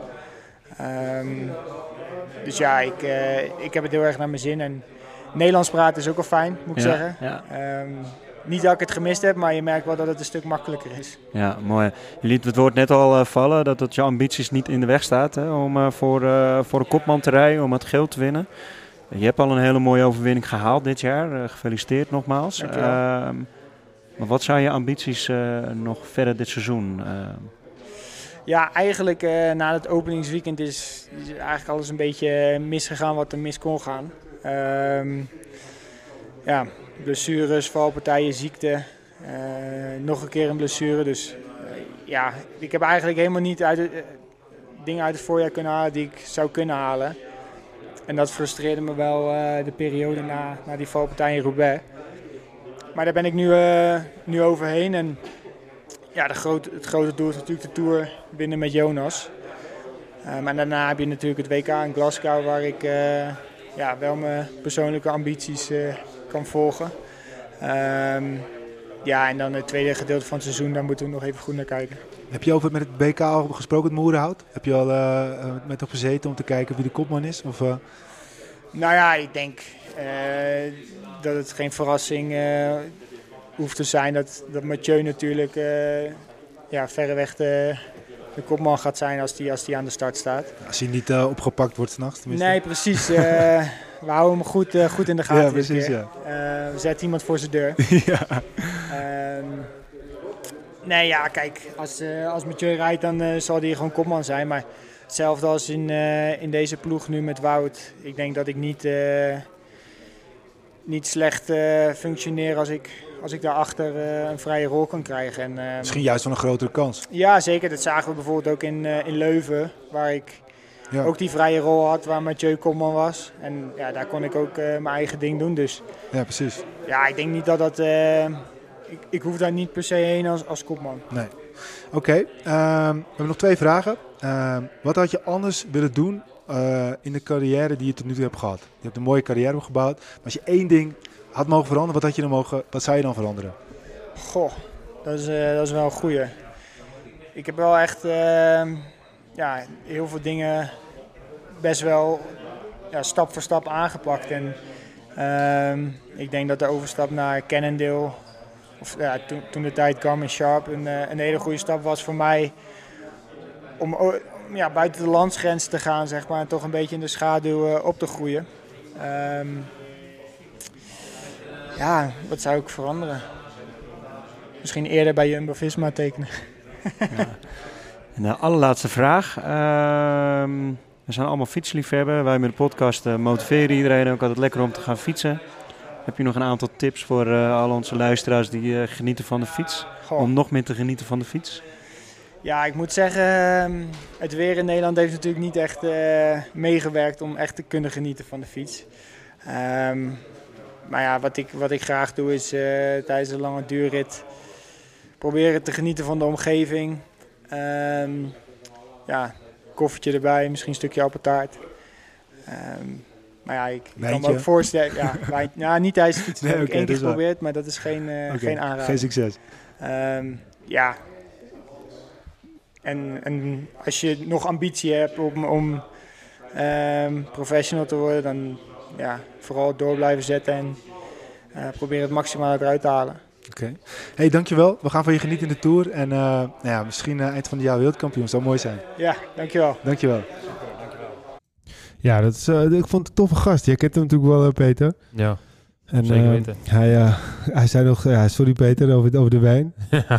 Um, dus ja, ik, uh, ik heb het heel erg naar mijn zin. En Nederlands praten is ook wel fijn, moet ik ja, zeggen. Ja. Um, niet dat ik het gemist heb, maar je merkt wel dat het een stuk makkelijker is. Ja, mooi. Je liet het woord net al uh, vallen, dat het je ambities niet in de weg staat hè, om uh, voor, uh, voor een kopman te rijden, om het geld te winnen. Je hebt al een hele mooie overwinning gehaald dit jaar. Uh, gefeliciteerd nogmaals. Uh, maar wat zijn je ambities uh, nog verder dit seizoen? Uh, Ja, eigenlijk uh, na het openingsweekend is, is eigenlijk alles een beetje misgegaan wat er mis kon gaan. Um, ja, blessures, valpartijen, ziekte, uh, nog een keer een blessure. Dus uh, ja, ik heb eigenlijk helemaal niet uit het, uh, dingen uit het voorjaar kunnen halen die ik zou kunnen halen. En dat frustreerde me wel uh, de periode na, na die valpartij in Roubaix. Maar daar ben ik nu, uh, nu overheen. En ja, de grote, het grote doel is natuurlijk de Tour winnen met Jonas. Um, en daarna heb je natuurlijk het W K in Glasgow, waar ik uh, ja, wel mijn persoonlijke ambities uh, kan volgen. Um, ja, en dan het tweede gedeelte van het seizoen, daar moeten we nog even goed naar kijken. Heb je over met het W K al gesproken, het Moerenhout? Heb je al uh, met hem gezeten om te kijken wie de kopman is? Of, uh... Nou ja, ik denk uh, dat het geen verrassing uh, hoeft te zijn dat, dat Mathieu natuurlijk uh, ja, verreweg de, de kopman gaat zijn als die, als die aan de start staat. Als hij niet uh, opgepakt wordt s'nachts tenminste. Nee, precies. Uh, we houden hem goed, uh, goed in de gaten. Ja, precies, ja. Uh, we zetten iemand voor zijn deur. ja. Um, nee, ja, kijk, als, uh, als Mathieu rijdt, dan uh, zal hij gewoon kopman zijn. Maar hetzelfde als in, uh, in deze ploeg nu met Wout. Ik denk dat ik niet, uh, niet slecht uh, functioneer als ik, als ik daarachter uh, een vrije rol kan krijgen. En, uh, Misschien juist van een grotere kans. Ja, zeker. Dat zagen we bijvoorbeeld ook in, uh, in Leuven, waar ik ja. ook die vrije rol had, waar Mathieu kopman was. En ja, daar kon ik ook uh, mijn eigen ding doen. Dus ja, precies. Ja, ik denk niet dat dat... Uh, ik, ik hoef daar niet per se heen als, als kopman. Nee. Oké, okay, um, we hebben nog twee vragen. Um, wat had je anders willen doen uh, in de carrière die je tot nu toe hebt gehad? Je hebt een mooie carrière opgebouwd. Maar als je één ding had mogen veranderen, wat, had je dan mogen, wat zou je dan veranderen? Goh, dat is, uh, dat is wel een goeie. Ik heb wel echt uh, ja, heel veel dingen best wel ja, stap voor stap aangepakt. En uh, ik denk dat de overstap naar Cannondale, of ja, toen, toen de tijd Garmin Sharp, een, een hele goede stap was voor mij om ja, buiten de landsgrens te gaan, zeg maar, en toch een beetje in de schaduw uh, op te groeien. Um, ja, wat zou ik veranderen? Misschien eerder bij Jumbo-Visma tekenen. Ja. En de allerlaatste vraag. Uh, we zijn allemaal fietsliefhebber. Wij met de podcast uh, motiveren iedereen ook altijd lekker om te gaan fietsen. Heb je nog een aantal tips voor uh, al onze luisteraars die uh, genieten van de fiets? Goh. Om nog meer te genieten van de fiets? Ja, ik moet zeggen, het weer in Nederland heeft natuurlijk niet echt uh, meegewerkt om echt te kunnen genieten van de fiets. Um, maar ja, wat ik, wat ik graag doe is uh, tijdens een lange duurrit proberen te genieten van de omgeving. Um, ja, koffietje erbij, misschien een stukje appeltaart. Um, maar ja, ik, ik kan me ook voorstellen... Ja, wij, ja, niet tijdens de fiets, dat nee, heb okay, ik één keer geprobeerd, maar dat is geen, uh, okay, geen aanrader. Geen succes. Um, ja... En, en als je nog ambitie hebt om, om um, professional te worden, dan ja, vooral door blijven zetten en uh, proberen het maximale eruit te halen. Oké. Okay. Hey, dankjewel. We gaan van je genieten in de Tour. En uh, nou ja, misschien uh, eind van het jaar wereldkampioen. Zou mooi zijn. Ja, dankjewel. Dankjewel. Okay, dankjewel. Ja, dat is, uh, ik vond het een toffe gast. Jij kent hem natuurlijk wel, uh, Peter. Ja. En, Zeker uh, weten. Hij, uh, hij zei nog, ja, sorry Peter, over, over de wijn.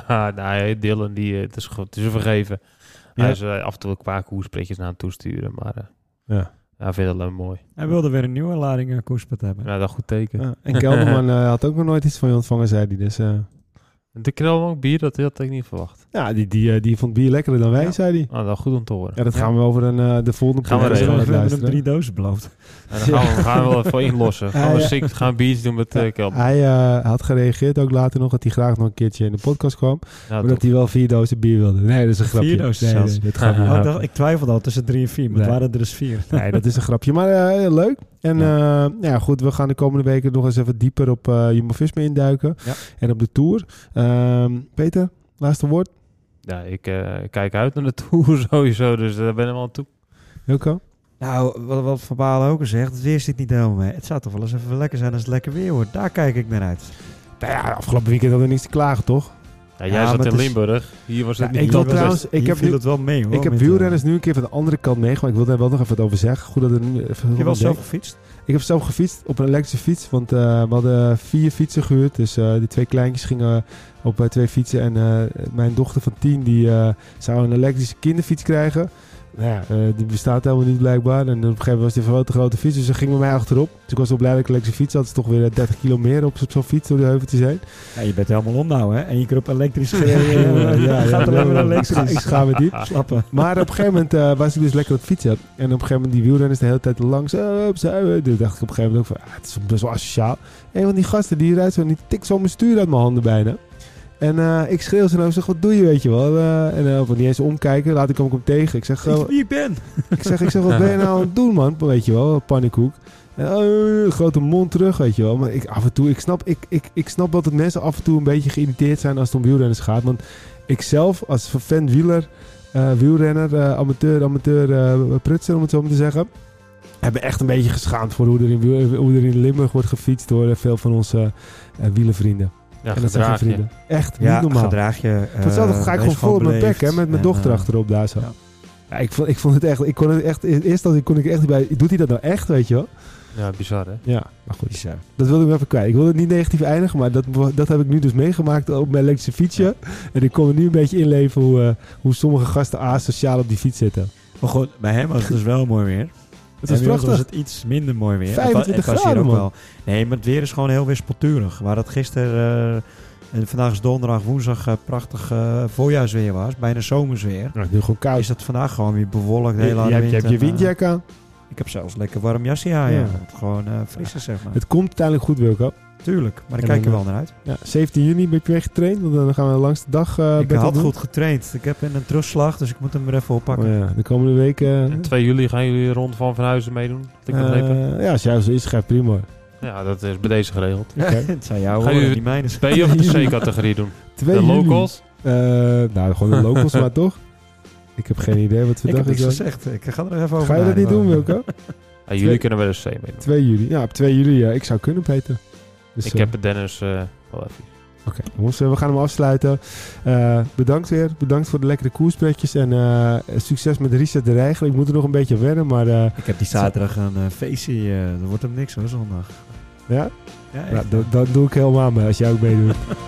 nou, Dylan, die, uh, het is goed, het is vergeven. Ja. Hij is uh, af en toe een paar koerspreekjes naar hem toesturen, maar uh, ja. Hij vindt het alleen mooi. Hij wilde weer een nieuwe lading uh, koerspet hebben. Ja, dat is een goed teken. Ja. En Kelderman uh, had ook nog nooit iets van je ontvangen, zei hij. Dus, uh, de Kelderman bier, dat had ik niet verwacht. Ja, die, die, uh, die vond bier lekkerder dan wij, ja. zei hij. Oh, dat is goed om te horen. Ja, dat gaan we over een, uh, de volgende gaan we regelen. We hebben hem drie dozen beloofd. Ja, dan gaan we, gaan we wel even inlossen. Gaan we ziek, gaan biertjes doen met uh, Kelderman. Hij uh, had gereageerd ook later nog dat hij graag nog een keertje in de podcast kwam. Ja, maar toch. Dat hij wel vier dozen bier wilde. Nee, dat is een grapje. Vier dozen nee, zelfs. Nee, dat oh, ik, dacht, ik twijfelde al tussen drie en vier, maar nee. Het waren er dus vier. Nee, dat is een grapje. Maar uh, leuk. En ja. Uh, ja, goed, we gaan de komende weken nog eens even dieper op uh, Jumbo-Visma induiken. Ja. En op de Tour. Uh, Peter, laatste woord? Ja, ik uh, kijk uit naar de Tour sowieso, dus daar ben ik wel aan toe. Wilco? Nou, wat, wat Van Baalen ook al zegt, het weer zit niet helemaal mee. Het zou toch wel eens even lekker zijn als het lekker weer wordt. Daar kijk ik naar uit. Nou ja, afgelopen weekend hadden we niks te klagen, toch? Ja, jij ja, zat in Limburg. Hier was het ja, niet. Ik wil trouwens, ik heb viel nu, het wel mee, hoor. Ik heb wielrenners nu een keer van de andere kant meegemaakt. Ik wil daar wel nog even wat over zeggen. Goed dat er nu even heb je wel zelf gefietst? Ik heb zelf gefietst op een elektrische fiets. Want uh, we hadden vier fietsen gehuurd. Dus uh, die twee kleintjes gingen op uh, twee fietsen. En uh, mijn dochter van tien die uh, zou een elektrische kinderfiets krijgen. Nou ja, uh, die bestaat helemaal niet blijkbaar. En op een gegeven moment was die een grote, grote fiets. Dus ze ging met mij achterop. Dus ik was wel blij dat ik een elektrische fiets had. Het is toch weer dertig kilo meer op zo'n fiets door de heuvel te zijn. Ja, je bent helemaal om nou, hè? En je kunt op elektrisch gereden. ja, ja, gaat er alleen maar elektrisch. Ik schaam me niet. Slappen. Maar op een gegeven moment uh, was ik dus lekker op het fietsen. En op een gegeven moment die wielrenners de hele tijd langs. Uh, opzij. Dus dacht ik op een gegeven moment ook van, ah, het is best wel asociaal. Een van die gasten die rijdt zo en die tikt zo mijn stuur uit mijn handen bijna. En uh, ik schreeuw ze nou, ik zeg, wat doe je, weet je wel? Uh, en uh, of niet eens omkijken, later kom ik hem tegen. Ik zeg, uh, wie ik ben. Ik zeg, ik zeg, wat ben je nou aan het doen, man? Weet je wel, pannenkoek. En uh, grote mond terug, weet je wel. Maar ik, af en toe, ik snap, ik, ik, ik snap dat het mensen af en toe een beetje geïrriteerd zijn als het om wielrenners gaat. Want ik zelf, als fan wieler, uh, wielrenner, uh, amateur, amateur uh, prutser, om het zo maar te zeggen, hebben echt een beetje geschaamd voor hoe er in, hoe er in Limburg wordt gefietst door uh, veel van onze uh, wielervrienden. Ja, en dat zijn geen vrienden. Echt niet ja, normaal. Gedraag je. Uh, Voor hetzelfde ga ik gewoon vol op mijn bek, hè, met mijn dochter uh, achterop daar zo. Ja. Ja, ik, vond, ik vond het echt, ik kon het echt, eerst als ik kon ik echt niet bij, doet hij dat nou echt, weet je wel? Ja, bizar hè? Ja, maar goed. Bizar. Dat wilde ik wel even kwijt. Ik wilde het niet negatief eindigen, maar dat, dat heb ik nu dus meegemaakt op mijn elektrische fietsje. Ja. En ik kon er nu een beetje inleven hoe, uh, hoe sommige gasten asociaal op die fiets zitten. Maar goed, bij hem was het dus wel mooi weer. Het was prachtig. was het iets minder mooi weer. vijfentwintig het was, graden, het was man. Wel. Nee, maar het weer is gewoon heel wispelturig. Waar het gisteren, uh, en vandaag is donderdag, woensdag uh, prachtig uh, voorjaarsweer was. Bijna zomersweer. Ja, nu gewoon koud. Is het vandaag gewoon weer bewolkt. De hele je, je, hebt, je hebt je windjack aan. Ik heb zelfs lekker warm jasje aan. Ja. Ja. Het gewoon uh, fris is, zeg maar. Het komt uiteindelijk goed, Wilco. Tuurlijk, maar daar kijk je wel naar uit. Ja, zeventien juni ben je weer getraind, want dan gaan we langs de dag uh, ik had doen. goed getraind. Ik heb in een terugslag, dus ik moet hem weer even oppakken. Oh ja, de komende weken... Uh, twee juli gaan jullie rond van Van Huizen meedoen? Ik uh, ja, als jij zo is, ga prima. Ja, dat is bij deze geregeld. Okay. Het zijn jouw woorden, niet mijne. B of de C-categorie doen? twee de locals? Uh, nou, gewoon de locals, maar toch? Ik heb geen idee wat voor dag is. Ik heb niks gezegd. Ik ga er even over. Ga je dat niet doen, Wilco? Ja, jullie kunnen wel eens C meedoen. twee juli. Ja, op twee juli. Ja, ik zou kunnen, Peter. Dus, ik uh, heb Dennis uh, wel even. Oké, okay, jongens, uh, we gaan hem afsluiten. Uh, bedankt weer. Bedankt voor de lekkere koerspretjes. En uh, succes met Richard de Rijger. Ik moet er nog een beetje wennen, maar... Uh, ik heb die zaterdag een uh, feestje. Uh, er wordt hem niks hoor, zondag. Ja? Ja, nou, dan doe ik helemaal mee als jij ook meedoet.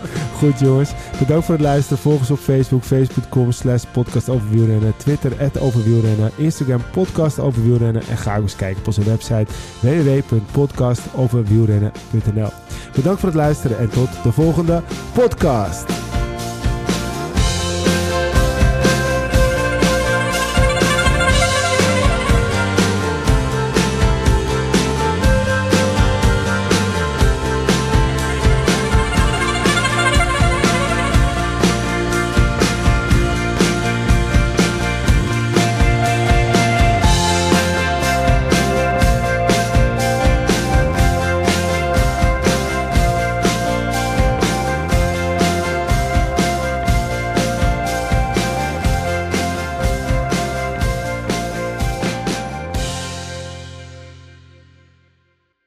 goed, jongens. Bedankt voor het luisteren. Volg ons op Facebook. Facebook.com slash podcast over wielrennen. Twitter at over wielrennen. Instagram podcast over wielrennen. En ga ook eens kijken op onze website w w w punt podcast over wielrennen punt n l. Bedankt voor het luisteren en tot de volgende podcast.